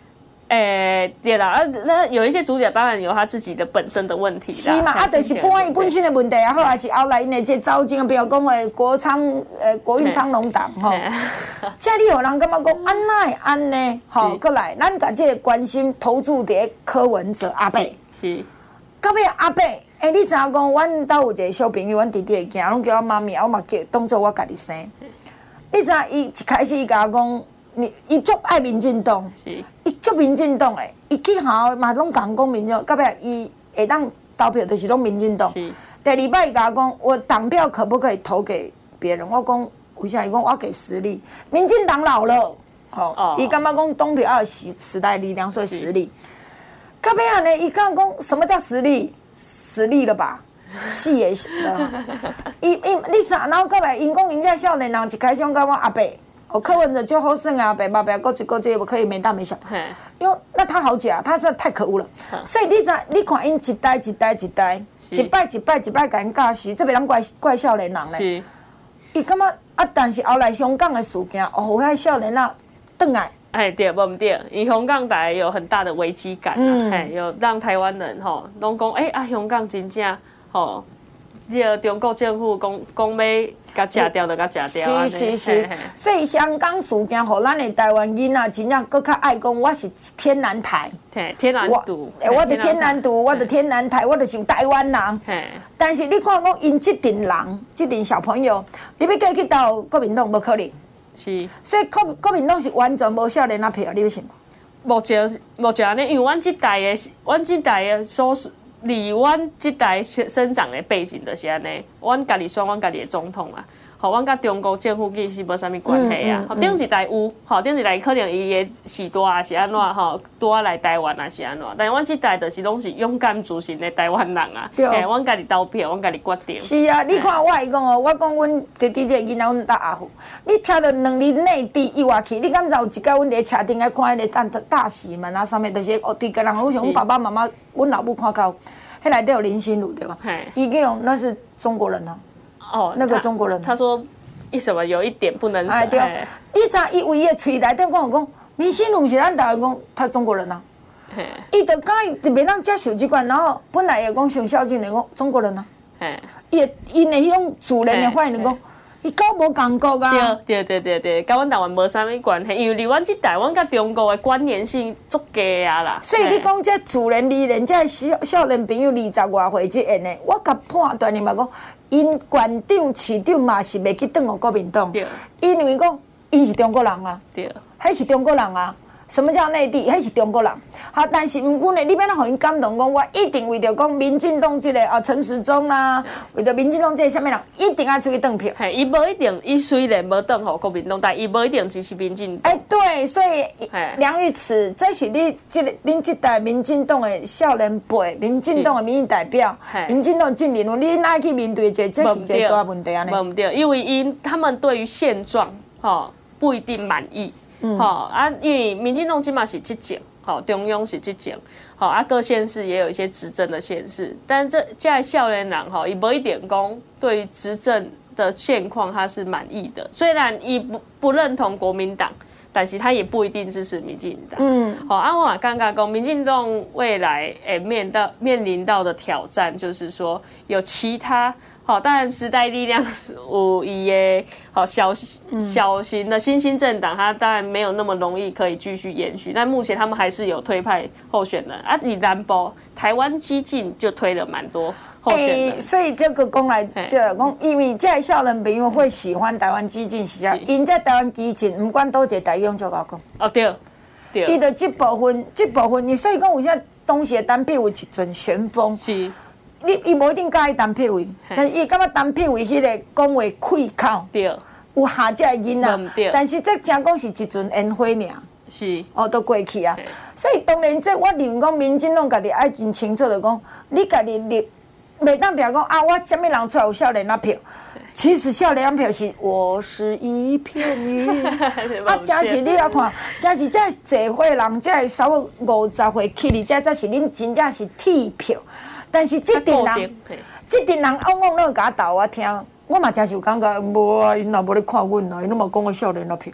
对啦，那有一些主角当然有他自己的本身的问题啦。 是嘛？就是搬伊本身的问题也好，还是后来因的这走进，比如讲的国运昌农党吼，这你有人感觉讲安那会安呢？吼，过来，咱把这个关心投注伫柯文哲阿伯。 是。 到尾阿伯，你知影讲，阮兜有一个小朋友，阮弟弟会惊，拢叫我妈咪，我嘛叫当做我家己生。你知影伊一开始伊甲我讲。伊足爱民进党，伊足民进党诶，伊去校嘛拢讲民进党，到尾伊会当投票就是拢民进党。第二摆伊甲我讲，我党票可不可以投给别人？我讲为啥？伊讲我给实力，民进党老了，吼，伊感觉讲党票要有时代力量，所以实力。到尾安尼，伊甲我讲什么叫实力？实力了吧？死也行了。你啥？然后到来，因讲因遮少年人一开始讲我阿伯。柯文哲就好胜啊，白马白过去我可以没大没小，因为那他好假，他真的太可恶了。所以你看因一代，一摆甲因教死，这袂当怪少年人咧。伊感觉啊，但是后来香港的事件，遐少年啊转来。 对，无毋对，因香港大概有很大的危机感啊，有让台湾人拢讲，香港真正这个中国政府讲要甲食掉就甲食掉。 是，所以香港事件，互咱的台湾囡仔真正搁较爱讲，我是天然台， 天然独， 我的天然独，我的天然台，我就是台湾人。但是你看讲，因这群人，这群小朋友，你要叫去投国民党，无可能。 是， 所以国民党是完全无少年仔票，你要信无？ 目前安尼，因为阮这代的所离阮这代生长的背景就是安尼，阮家己选阮家己的总统啊，阮甲中国政府其实无啥物关系啊。顶一代有，顶一代可能伊的时代啊是安怎拄来台湾啊是安怎，但是阮这代就是拢是勇敢自信的台湾人啊。阮家己投票，阮家己决定。 是啊，你看我会讲我讲阮弟弟这个囡仔，阮搭阿虎，你听到2日内地以外去，你敢知有一摆阮伫车顶来看迄个大喜门啊，上面就是学弟个人，我想阮爸爸妈妈，阮老母看到。迄内底有林心如对吧？伊讲那是中国人啊。那个中国人。 他说，什么有一点不能对，你知伊为伊的嘴内底讲林心如是咱台湾讲他中国人啊。伊就讲伊袂当接受这款，然后本来也讲上孝敬的讲中国人啊。因的迄种自然的反应讲。伊搞无共国啊！ 对，甲阮台湾无啥物关系，因为离阮即代，阮甲中国的关联性足低啊啦。 所以你讲这自然而然，这少年朋友20外岁即演的，我甲判断你嘛讲，因县长、市长嘛是袂去转互国民党，因为讲因是中国人啊，迄是中国人啊。什么叫内地？迄是中国人。好，但是毋过呢，你要让因感动，讲我一定为着讲民进党这个陈时中啦，为着民进党这个什么人，一定要出去转票。 伊无一定，伊虽然无转互国民党，但伊无一定支持民进党。 对，所以梁玉慈，这是恁这代民进党的少年辈，民进党的民意代表，民进党进人物，你哪去面对这是一个大问题啊？ 无对，因为他们对于现状不一定满意。因为民进党起码是执政，中央是执政，各县市也有一些执政的县市，但这少年人伊无一定讲对于执政的现况他是满意的，虽然伊不认同国民党，但是他也不一定支持民进党。我也感觉讲民进党未来面临到的挑战，就是说有其他。当然时代力量有伊的小型的新兴政党，它当然没有那么容易可以继续延续。但目前他们还是有推派候选人啊，以南部台湾激进就推了蛮多候选人。 所以这个讲来，讲因为这少年朋友会喜欢台湾激进，是啊，因在台湾激进，不管多一个台用就我讲。 对。 伊的这部分，你所以讲有些东西单票有一阵旋风。 是。 伊无一定介意单票位，但是伊感觉单票位迄个讲话开口，有下只囡仔，但是这真讲是一阵烟花尔， 是都过去啊。所以当然，这我认为讲民进党家己爱真清楚的讲，你家己袂当定讲啊，我什么人出来有少年仔票？其实少年仔票是我是一片云，真是你要看，真是这济岁人，这差不多50岁起哩，这才是恁真正是铁票。但是这群人往往拢甲我斗我听，我嘛真是有感觉，无啊，因若无咧看阮啊，因拢嘛讲我少年仔票。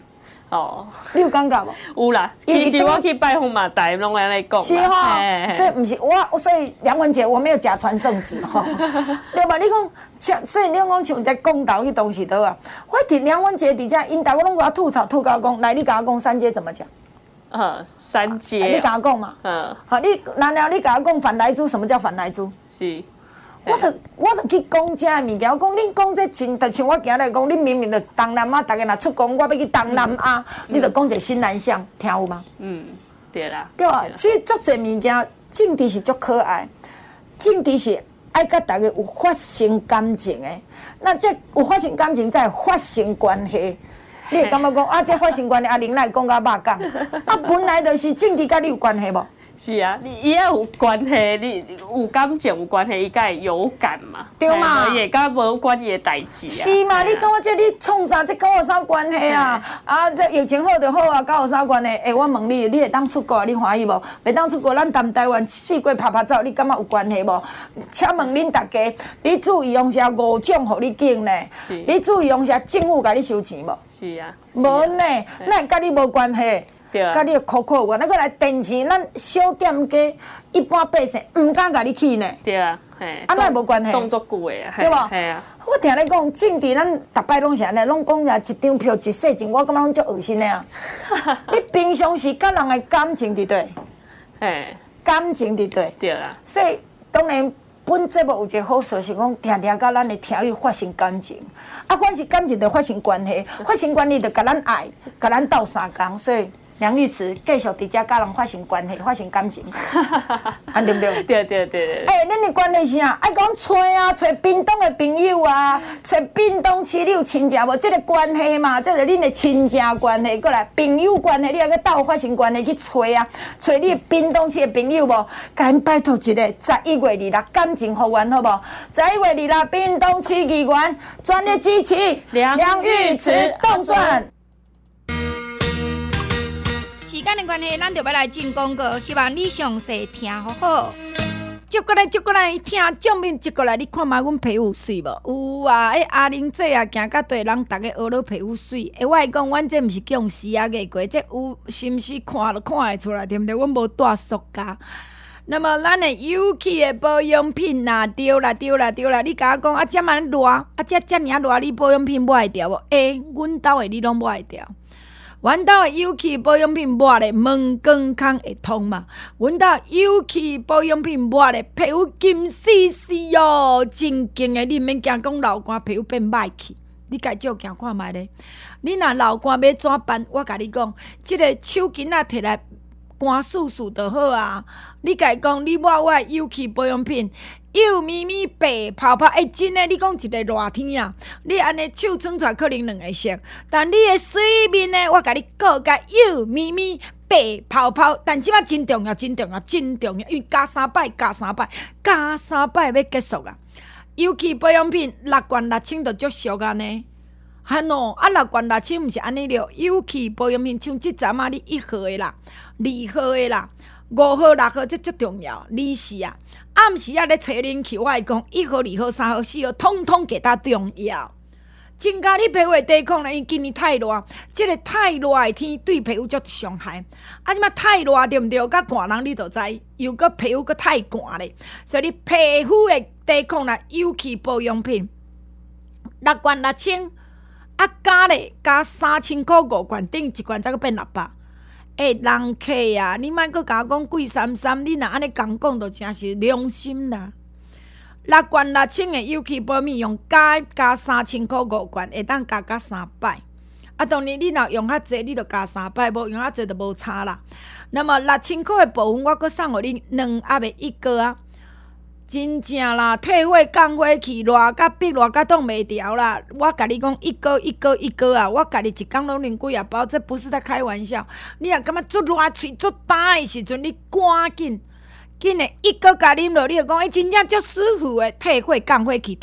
哦， 你有感觉无？ 有啦，其实我去拜访嘛，大家拢安尼讲。 是哈，所以不是我，所以梁文杰我没有假传圣旨哈，对吧？你讲，所以你讲像在公道迄东西倒啊，我伫梁文杰底下，因大我拢给我吐槽到讲，来你甲我讲三阶怎么讲？ 三阶。 你甲我讲嘛。好，然后你甲我讲反来猪，什么叫反来猪？ 是。 我著去讲这物件，我讲恁讲这真，就像我今日讲，恁明明就东南亚，大家若出国，我要去东南亚，你著讲一个新南向，听有吗？ 对啦。 对啊，其实足侪物件，政治是足可爱，政治是爱甲大家有发生感情的。那这有发生感情，才会发生关系。你会感觉讲这发生关系，玲来讲甲肉讲，本来就是政治甲你有关系无？ 是啊，伊也有关系，你有感情有关系，伊才会有感嘛。 对嘛？ 伊会甲无关伊的代志啊。 是嘛？你讲我这你创啥？这跟我啥关系啊？这疫情好就好啊，跟我啥关系？我问你，你会当出国，你欢喜无？袂当出国，咱谈台湾四国拍走，你感觉有关系无？请问恁大家，你注意用啥5种互你拣呢？你注意用啥政府甲你收钱无？ 是啊。 无呢，那甲你无关系。甲你口有关，那个来电钱，咱小店家一般百姓唔敢甲你去呢。 对啊，嘿， 那无关系。 动作久的啊， 对无？ 系啊。 我听你讲，政治咱逐摆拢是安尼，拢讲呀一张票一世情，我感觉拢足恶心的啊。你平常时甲人的感情伫对？感情伫对？ 对啦。 所以当然。本节目有一个好处是讲，常常甲咱的听友发生感情，发生感情就发生关系，发生关系就甲咱爱，甲咱斗相共，所以梁律师继续伫遮甲人发生关系，发生感情，对不对？ 对。 恁的关系是啊，爱讲找屏东的朋友啊，找屏东市你有亲戚无？这个关系嘛，这是恁的亲戚关系，过来朋友关系，你要去斗发生关系去找啊，找你屏东市的朋友无？甲因拜托一个11月26感情复原好无？11月26屏东市议员专业支持梁玉慈动算。 时间的关系，咱就要来进广告，希望你详细听好好。接过来听正面，接过来你看嘛，阮皮肤水无？有啊，阿玲姐啊，行到对人，逐个学了皮肤水。我会讲，阮这毋是讲死啊个过，这有是毋是看就看会出来，对毋对？阮无带塑胶。那么咱的有气的保养品呐，对啦，你甲我讲这么热，这尔热，你保养品抹会掉无？阮兜的你拢抹会掉。阮兜的有气保养品抹咧，毛光康会通嘛？阮兜有气保养品抹咧，皮肤金丝丝哦，真劲的！你免惊讲老干皮肤变歹去，你家照镜看觅咧。你若老干要怎办？我甲你讲，即个手巾仔摕来干簌簌就好啊！你家讲，你抹我的有气保养品。幼咪咪白泡泡，真诶！你讲一个热天啊，你安尼手伸出来可能两个色，但你的水面呢，我甲你告甲幼咪咪白泡泡。但即摆真重要，因为加3摆要结束啊！尤其保养品6罐6000就足俗啊呢。哈喏，6罐6000毋是安尼了，尤其保养品像即阵啊，你1号的啦，2号的啦，5号、6号，这足重要。你是啊。暗时咧找恁去，我会讲1号、2号、3号、4号，统统给他重要，增加你皮肤的抵抗力。因为今年太热，这个太热的天对皮肤足伤害。即摆太热对毋对？甲寒人你就知，又搁皮肤搁太寒咧，所以你皮肤的抵抗力有气保养品6罐6000，加咧加3000块5罐，等于1罐才搁变600。人客啊，你莫阁甲我讲贵33，你若安尼讲就真是良心啦。6罐6000的有气保养品用加3000块5罐，会当加3摆。当然你若用较济，你就加3摆；无用较济就无差啦。那么6000块的部分，我阁送互你2盒的1个啊。真正啦，退火降火气，热甲逼热甲挡袂牢啦！我甲你讲，一个啊！我家己一工拢拎几啊包，这不是在开玩笑。你若感觉足热、喙足干的时阵，你赶紧的一个甲啉落，你就讲，真正足舒服的，退火降火气，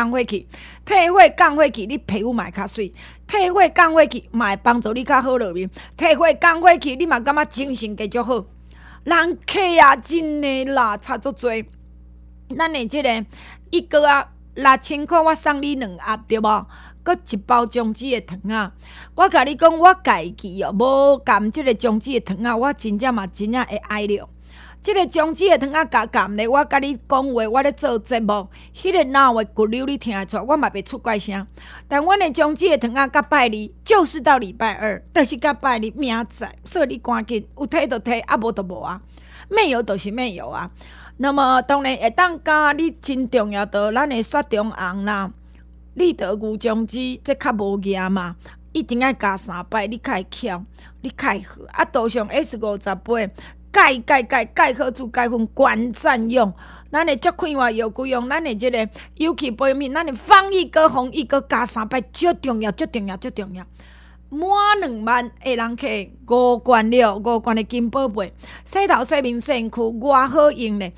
你皮肤嘛会较水，退火降火气嘛会帮助你较好落面，退火降火气你嘛感觉精神加足好。人客啊，真的啦，差足多。咱的即个1个啊6000块，我送你2盒对无？ 搁一包姜子的糖仔。我甲你讲，我家己哦，无含即个姜子的糖仔，我真正会爱了。即个姜子的糖仔含咧，我甲你讲话，我咧做节目，迄个闹的骨溜你听会出，我嘛袂出怪声。但阮的姜子的糖仔甲拜二，就是到礼拜二，就是甲拜二明仔，所以你赶紧有摕就摕，啊无就无啊。没有就是没有啊。那么当然会当加你真重要的咱的雪中红啦，立德牛姜子这较无盐嘛，一定要加3摆，你较会巧，你较会好。啊，涂上 S50杯。钙好处钙粉管占用，咱的足快活药具用，咱的这个有机杯面，咱的防疫搁防疫搁加3摆，足重要。满2万的人客5罐了，5罐的金宝贝，洗头洗面洗身躯，偌好用咧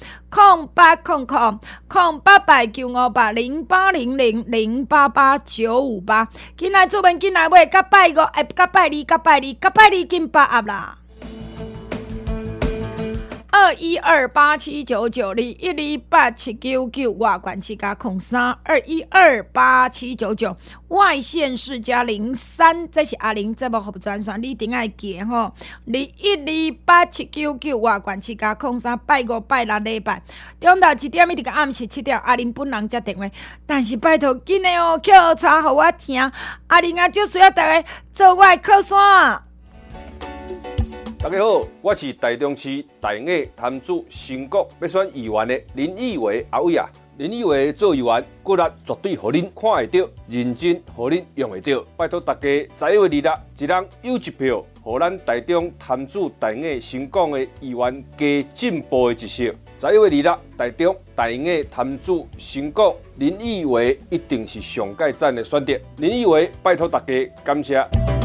！0800-958-0800-0888-958，紧来出门，紧来买，甲拜5，甲拜2金把握啦！212879921287999外管7加03，2128799外县市加03，这是阿玲节目服务专线，你一定要记吼！2128799外管7加03，拜5拜6礼拜，中昼1点一直到暗时7点，阿玲本人接电话，但是拜托紧的哦，叫查互我听，阿玲啊，就需要大家做我的靠山。 大家好，我是台中市大雅潭子新国要选议员的林义伟阿伟啊。林义伟做议员，骨力绝对互恁看会到，认真互恁用会到。拜托大家11月26日，一人有一票，互咱台中潭子大雅新港的议员加进步的一色。11月26日，台中大雅潭子新港林义伟一定是上界赞的选择。林义伟，拜托大家，感谢。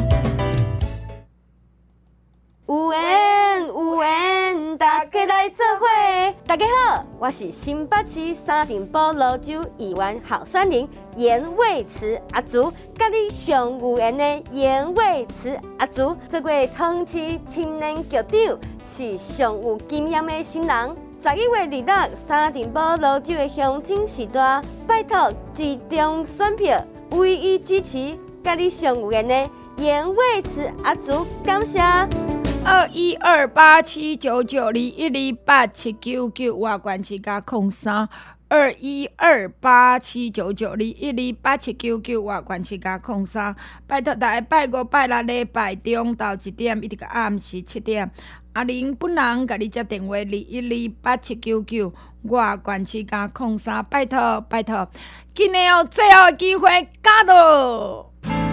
有缘，大家来做伙。大家好，我是新北市三重埔蘆洲议员候选人严惠慈阿竹，甲你上有缘的严惠慈阿竹，这位汤市青年局长是上有经验的新人。11月26日，三重埔蘆洲的乡亲时代，拜托集中选票，唯一支持甲你上有缘的严惠慈阿竹，感谢。 212879921287999外管7加03，212879921287999外管7加03，拜托大家拜5拜6礼拜中昼1点一直到暗时7点，阿玲本人甲你接电话2128799外管7加03，拜托，今年有最后的机会，加到。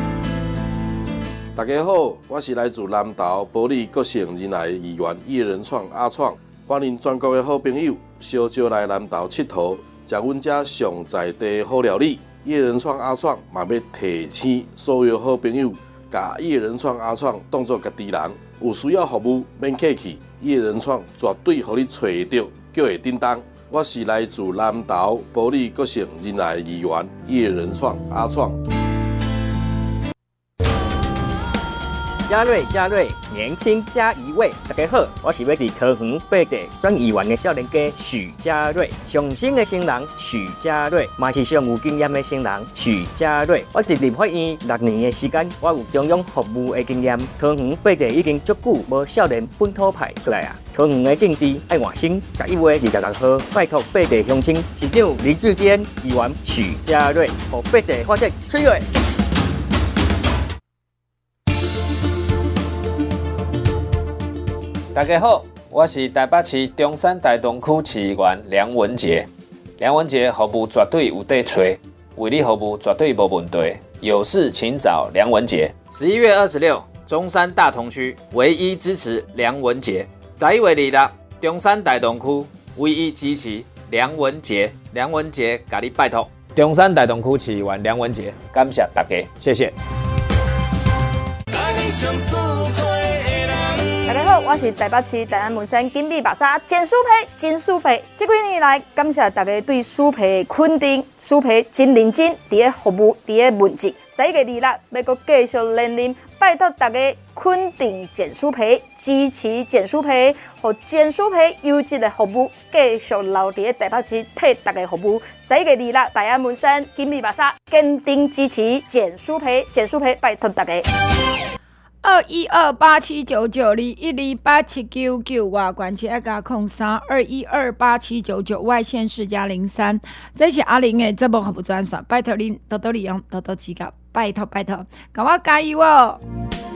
大家好，我是来自南投埔里国姓仁爱议员叶仁创阿创，欢迎全国的好朋友小招来南投佚佗，食阮遮上在地好料理。叶仁创阿创嘛要提醒所有好朋友，甲叶仁创阿创当作家己人，有需要服务免客气，叶仁创绝对互你找得到，叫会叮当。我是来自南投埔里国姓仁爱议员叶仁创阿创。 嘉瑞，年轻加一位。大家好，我是要伫桃园八地选议员的少年家许嘉瑞，上新的新人许嘉瑞，嘛是上有经验的新人许嘉瑞。我进入法院6年的时间，我有中央服务的经验。桃园八地已经足久无少年本土派出来啊！桃园的政治爱换新，11月26号，拜托八地乡亲市长林志坚、议员许嘉瑞，和八地发展水月。 大家好，我是台北市中山大东区市议员梁文杰。梁文杰服务绝对有得找，为你服务绝对无问题。有事请找梁文杰。11月26，中山大同区唯一支持梁文杰。11月26，中山大东区唯一支持梁文杰。梁文杰，甲你拜托。中山大东区市议员梁文杰，感谢大家，谢谢。 大家好，我是台北市大安门山金碧白沙简舒培金舒培。这几年来，感谢大家对舒培的肯定，舒培真认真，伫咧服务，伫咧问责。11月26，要阁继续连任拜托大家肯定简书培，支持简书培，和简书培优质的服务继续留伫台北市替大家服务。11月26日，大安门山金利巴沙坚定支持简书培，简书培拜托大家。 212879921287999外关切要加0321287999外县市加03，这是阿玲的节目服务专线，拜托您多多利用，多多指教，拜托拜托，甲我加油哦！